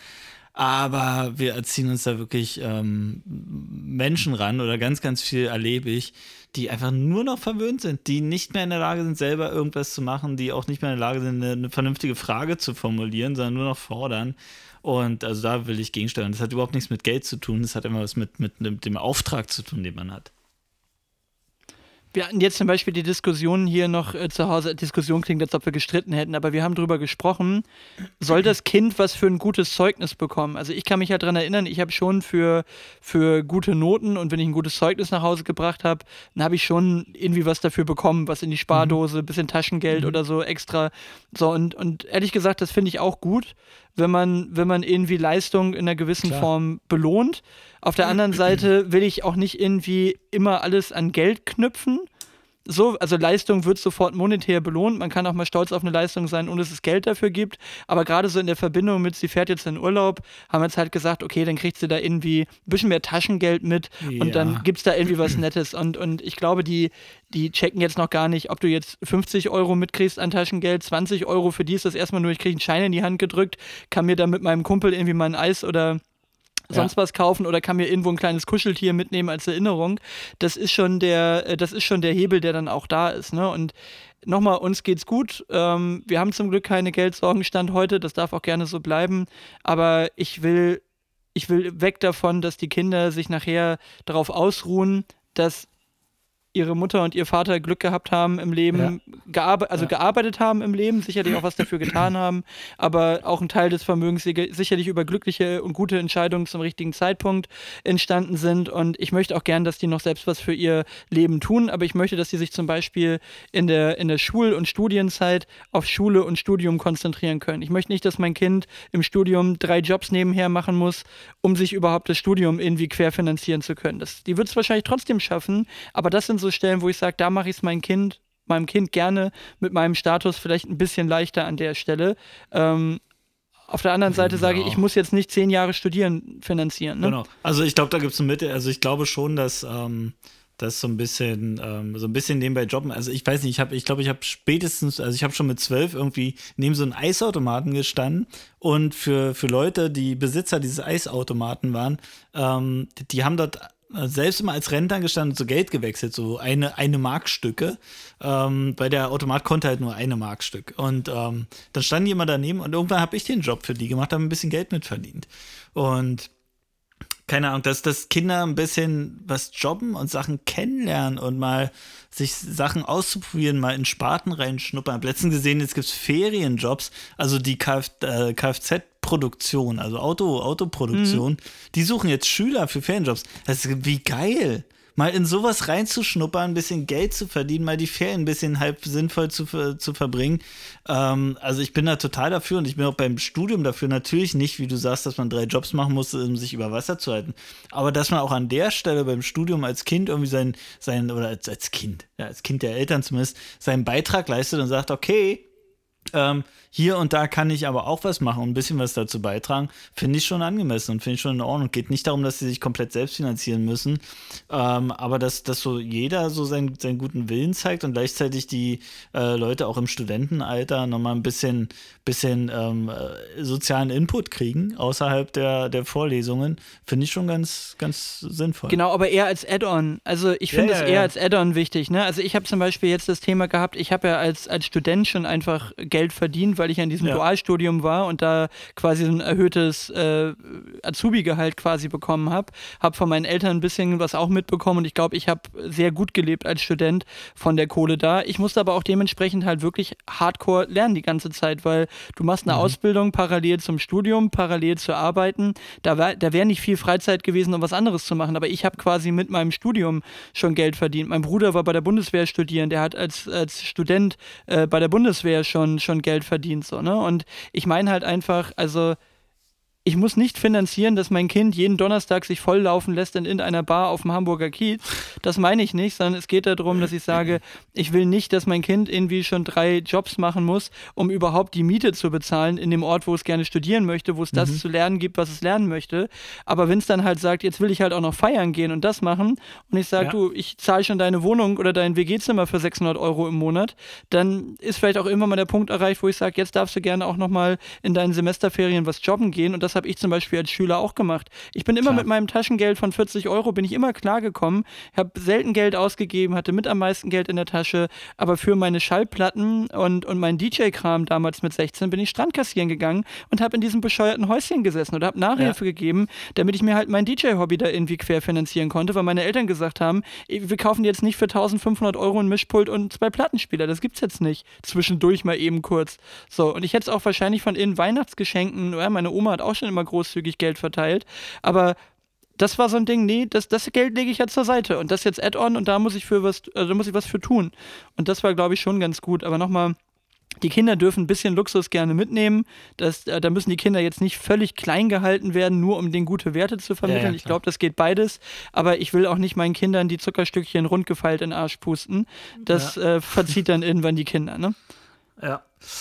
aber wir erziehen uns da wirklich ähm, Menschen ran oder ganz, ganz viel erlebe ich, die einfach nur noch verwöhnt sind, die nicht mehr in der Lage sind, selber irgendwas zu machen, die auch nicht mehr in der Lage sind, eine, eine vernünftige Frage zu formulieren, sondern nur noch fordern. Und also da will ich gegensteuern. Das hat überhaupt nichts mit Geld zu tun, das hat immer was mit, mit, mit dem Auftrag zu tun, den man hat. Wir hatten jetzt zum Beispiel die Diskussion hier noch äh, zu Hause, Diskussion klingt, als ob wir gestritten hätten, aber wir haben drüber gesprochen, soll das Kind was für ein gutes Zeugnis bekommen? Also ich kann mich ja daran erinnern, ich habe schon für, für gute Noten und wenn ich ein gutes Zeugnis nach Hause gebracht habe, dann habe ich schon irgendwie was dafür bekommen, was in die Spardose, ein bisschen Taschengeld mhm. oder so extra. So und, und ehrlich gesagt, das finde ich auch gut, wenn man, wenn man irgendwie Leistung in einer gewissen Klar. Form belohnt. Auf der anderen Seite will ich auch nicht irgendwie immer alles an Geld knüpfen. So, also Leistung wird sofort monetär belohnt. Man kann auch mal stolz auf eine Leistung sein, ohne dass es Geld dafür gibt. Aber gerade so in der Verbindung mit, sie fährt jetzt in Urlaub, haben wir jetzt halt gesagt, okay, dann kriegt sie da irgendwie ein bisschen mehr Taschengeld mit ja. und dann gibt es da irgendwie was Nettes. Und, und ich glaube, die, die checken jetzt noch gar nicht, ob du jetzt fünfzig Euro mitkriegst an Taschengeld, zwanzig Euro, für die ist das erstmal nur, ich kriege einen Schein in die Hand gedrückt, kann mir dann mit meinem Kumpel irgendwie mal ein Eis oder sonst ja. was kaufen oder kann mir irgendwo ein kleines Kuscheltier mitnehmen als Erinnerung. Das ist schon der, das ist schon der Hebel, der dann auch da ist. Ne? Und nochmal, uns geht's gut. Ähm, wir haben zum Glück keine Geldsorgenstand heute, das darf auch gerne so bleiben. Aber ich will, ich will weg davon, dass die Kinder sich nachher darauf ausruhen, dass ihre Mutter und ihr Vater Glück gehabt haben im Leben, ja. gearbe- also ja. gearbeitet haben im Leben, sicherlich auch was dafür getan haben, aber auch ein Teil des Vermögens sicherlich über glückliche und gute Entscheidungen zum richtigen Zeitpunkt entstanden sind und ich möchte auch gern, dass die noch selbst was für ihr Leben tun, aber ich möchte, dass die sich zum Beispiel in der, in der Schul- und Studienzeit auf Schule und Studium konzentrieren können. Ich möchte nicht, dass mein Kind im Studium drei Jobs nebenher machen muss, um sich überhaupt das Studium irgendwie querfinanzieren zu können. Das, die wird es wahrscheinlich trotzdem schaffen, aber das sind so Stellen, wo ich sage, da mache ich es mein Kind, meinem Kind gerne mit meinem Status vielleicht ein bisschen leichter an der Stelle. Ähm, auf der anderen Seite genau. sage ich, ich muss jetzt nicht zehn Jahre studieren finanzieren. Ne? Genau. Also ich glaube, da gibt es eine Mitte. Also ich glaube schon, dass ähm, das so ein bisschen, ähm, so ein bisschen nebenbei jobben. Also ich weiß nicht, ich habe, ich glaube, ich habe spätestens, also ich habe schon mit zwölf irgendwie neben so einem Eisautomaten gestanden und für, für Leute, die Besitzer dieses Eisautomaten waren, ähm, die haben dort selbst immer als Rentner gestanden und so Geld gewechselt, so eine, eine Markstücke, ähm, weil der Automat konnte halt nur eine Markstück. Und ähm, dann standen die immer daneben und irgendwann habe ich den Job für die gemacht, habe ein bisschen Geld mitverdient. Und keine Ahnung, dass, dass Kinder ein bisschen was jobben und Sachen kennenlernen und mal sich Sachen auszuprobieren, mal in Sparten reinschnuppern. Ich habe letztens gesehen, jetzt gibt es Ferienjobs, also die Kf- äh, Kfz-Produktion, also Auto, Autoproduktion, mhm. die suchen jetzt Schüler für Ferienjobs. Das ist wie geil. Mal in sowas reinzuschnuppern, ein bisschen Geld zu verdienen, mal die Ferien ein bisschen halb sinnvoll zu, zu verbringen. Ähm, also ich bin da total dafür und ich bin auch beim Studium dafür. Natürlich nicht, wie du sagst, dass man drei Jobs machen muss, um sich über Wasser zu halten. Aber dass man auch an der Stelle beim Studium als Kind irgendwie sein, sein oder als, als Kind, ja, als Kind der Eltern zumindest, seinen Beitrag leistet und sagt, okay, Ähm, hier und da kann ich aber auch was machen und ein bisschen was dazu beitragen, finde ich schon angemessen und finde ich schon in Ordnung. Geht nicht darum, dass sie sich komplett selbst finanzieren müssen, ähm, aber dass, dass so jeder so seinen, seinen guten Willen zeigt und gleichzeitig die äh, Leute auch im Studentenalter nochmal ein bisschen, bisschen ähm, sozialen Input kriegen, außerhalb der, der Vorlesungen, finde ich schon ganz, ganz sinnvoll. Genau, aber eher als Add-on. Also ich finde es ja, ja, eher ja. als Add-on wichtig. Ne? Also ich habe zum Beispiel jetzt das Thema gehabt, ich habe ja als, als Student schon einfach Geld verdient, weil ich ja in diesem ja. Dualstudium war und da quasi so ein erhöhtes äh, Azubi-Gehalt quasi bekommen habe. Habe von meinen Eltern ein bisschen was auch mitbekommen und ich glaube, ich habe sehr gut gelebt als Student von der Kohle da. Ich musste aber auch dementsprechend halt wirklich hardcore lernen die ganze Zeit, weil du machst eine mhm. Ausbildung parallel zum Studium, parallel zu arbeiten. Da, war, da wäre nicht viel Freizeit gewesen, um was anderes zu machen, aber ich habe quasi mit meinem Studium schon Geld verdient. Mein Bruder war bei der Bundeswehr studieren, der hat als, als Student äh, bei der Bundeswehr schon schon Geld verdient, so, ne? Und ich meine halt einfach, also ich muss nicht finanzieren, dass mein Kind jeden Donnerstag sich volllaufen lässt in irgendeiner Bar auf dem Hamburger Kiez. Das meine ich nicht, sondern es geht darum, dass ich sage, ich will nicht, dass mein Kind irgendwie schon drei Jobs machen muss, um überhaupt die Miete zu bezahlen in dem Ort, wo es gerne studieren möchte, wo es mhm. das zu lernen gibt, was es lernen möchte. Aber wenn es dann halt sagt, jetzt will ich halt auch noch feiern gehen und das machen und ich sage, ja. du, ich zahle schon deine Wohnung oder dein W G-Zimmer für sechshundert Euro im Monat, dann ist vielleicht auch immer mal der Punkt erreicht, wo ich sage, jetzt darfst du gerne auch nochmal in deinen Semesterferien was jobben gehen und das das habe ich zum Beispiel als Schüler auch gemacht. Ich bin immer Klar. mit meinem Taschengeld von vierzig Euro, bin ich immer klargekommen. Ich habe selten Geld ausgegeben, hatte mit am meisten Geld in der Tasche, aber für meine Schallplatten und, und meinen D J-Kram damals mit sechzehn bin ich Strandkassieren gegangen und habe in diesem bescheuerten Häuschen gesessen oder habe Nachhilfe Ja. gegeben, damit ich mir halt mein D J-Hobby da irgendwie querfinanzieren konnte, weil meine Eltern gesagt haben, wir kaufen jetzt nicht für eintausendfünfhundert Euro ein Mischpult und zwei Plattenspieler, das gibt's jetzt nicht. Zwischendurch mal eben kurz. So, und ich hätte es auch wahrscheinlich von ihren Weihnachtsgeschenken, ja, meine Oma hat auch schon immer großzügig Geld verteilt, aber das war so ein Ding, nee, das, das Geld lege ich ja zur Seite und das jetzt Add-on und da muss ich für was, also da muss ich was für tun. Und das war, glaube ich, schon ganz gut. Aber nochmal, die Kinder dürfen ein bisschen Luxus gerne mitnehmen. Das, äh, da müssen die Kinder jetzt nicht völlig klein gehalten werden, nur um denen gute Werte zu vermitteln. Ja, ja, ich glaube, das geht beides. Aber ich will auch nicht meinen Kindern die Zuckerstückchen rundgefeilt in den Arsch pusten. Das Ja. äh, verzieht dann irgendwann die Kinder, ne? Ja.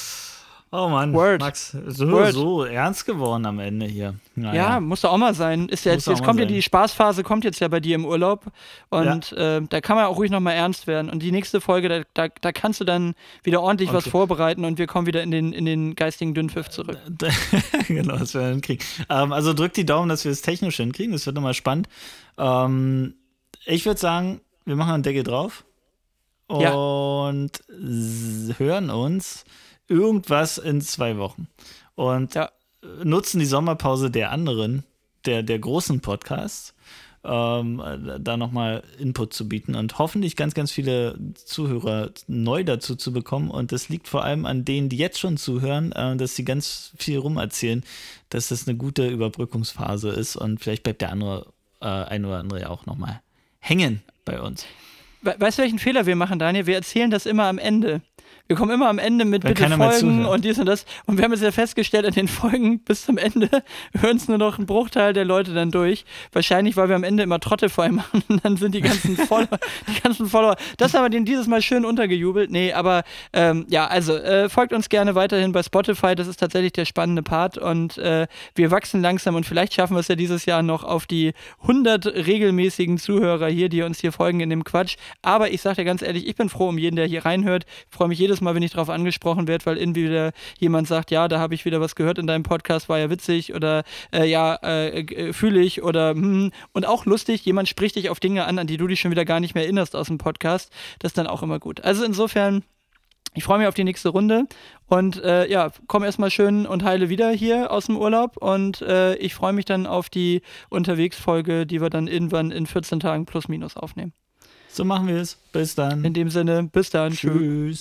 Oh Mann, Word. Max, so, Word. so ernst geworden am Ende hier. Naja. Ja, muss doch auch mal sein. Ist ja Muss jetzt, auch jetzt mal kommt ja sein. die Spaßphase, kommt jetzt ja bei dir im Urlaub. Und äh, da kann man auch ruhig nochmal ernst werden. Und die nächste Folge, da, da, da kannst du dann wieder ordentlich was Okay. vorbereiten und wir kommen wieder in den, in den geistigen Dünnpfiff zurück. Genau, das werden wir hinkriegen. Ähm, also drückt die Daumen, dass wir es technisch hinkriegen. Das wird nochmal spannend. Ähm, ich würde sagen, wir machen einen Deckel drauf Ja. und s- hören uns irgendwas in zwei Wochen. Und Ja. nutzen die Sommerpause der anderen, der, der großen Podcasts, ähm, da nochmal Input zu bieten und hoffentlich ganz, ganz viele Zuhörer neu dazu zu bekommen. Und das liegt vor allem an denen, die jetzt schon zuhören, äh, dass sie ganz viel rumerzählen, dass das eine gute Überbrückungsphase ist und vielleicht bleibt der andere, äh, ein oder andere ja auch nochmal hängen bei uns. We weißt du, welchen Fehler wir machen, Daniel? Wir erzählen das immer am Ende. Wir kommen immer am Ende mit Wenn bitte keiner mehr Folgen zuhört. und dies und das. Und wir haben jetzt ja festgestellt, an den Folgen bis zum Ende hören es nur noch ein Bruchteil der Leute dann durch. Wahrscheinlich, weil wir am Ende immer Trottelfeuer machen und dann sind die ganzen Follower, die ganzen Follower. Das haben wir denen dieses Mal schön untergejubelt. Nee, aber ähm, ja, also äh, folgt uns gerne weiterhin bei Spotify. Das ist tatsächlich der spannende Part und äh, wir wachsen langsam und vielleicht schaffen wir es ja dieses Jahr noch auf die hundert regelmäßigen Zuhörer hier, die uns hier folgen in dem Quatsch. Aber ich sage dir ganz ehrlich, ich bin froh um jeden, der hier reinhört. Ich freue mich jedes Mal, wenn ich darauf angesprochen werde, weil irgendwie wieder jemand sagt, ja, da habe ich wieder was gehört in deinem Podcast, war ja witzig oder äh, ja, äh, äh, fühle ich oder hm. Und auch lustig, jemand spricht dich auf Dinge an, an die du dich schon wieder gar nicht mehr erinnerst aus dem Podcast. Das ist dann auch immer gut. Also insofern, ich freue mich auf die nächste Runde und äh, ja, komm erstmal schön und heile wieder hier aus dem Urlaub und äh, ich freue mich dann auf die Unterwegsfolge, die wir dann irgendwann in vierzehn Tagen plus minus aufnehmen. So machen wir es. Bis dann. In dem Sinne, bis dann. Tschüss. Tschüss.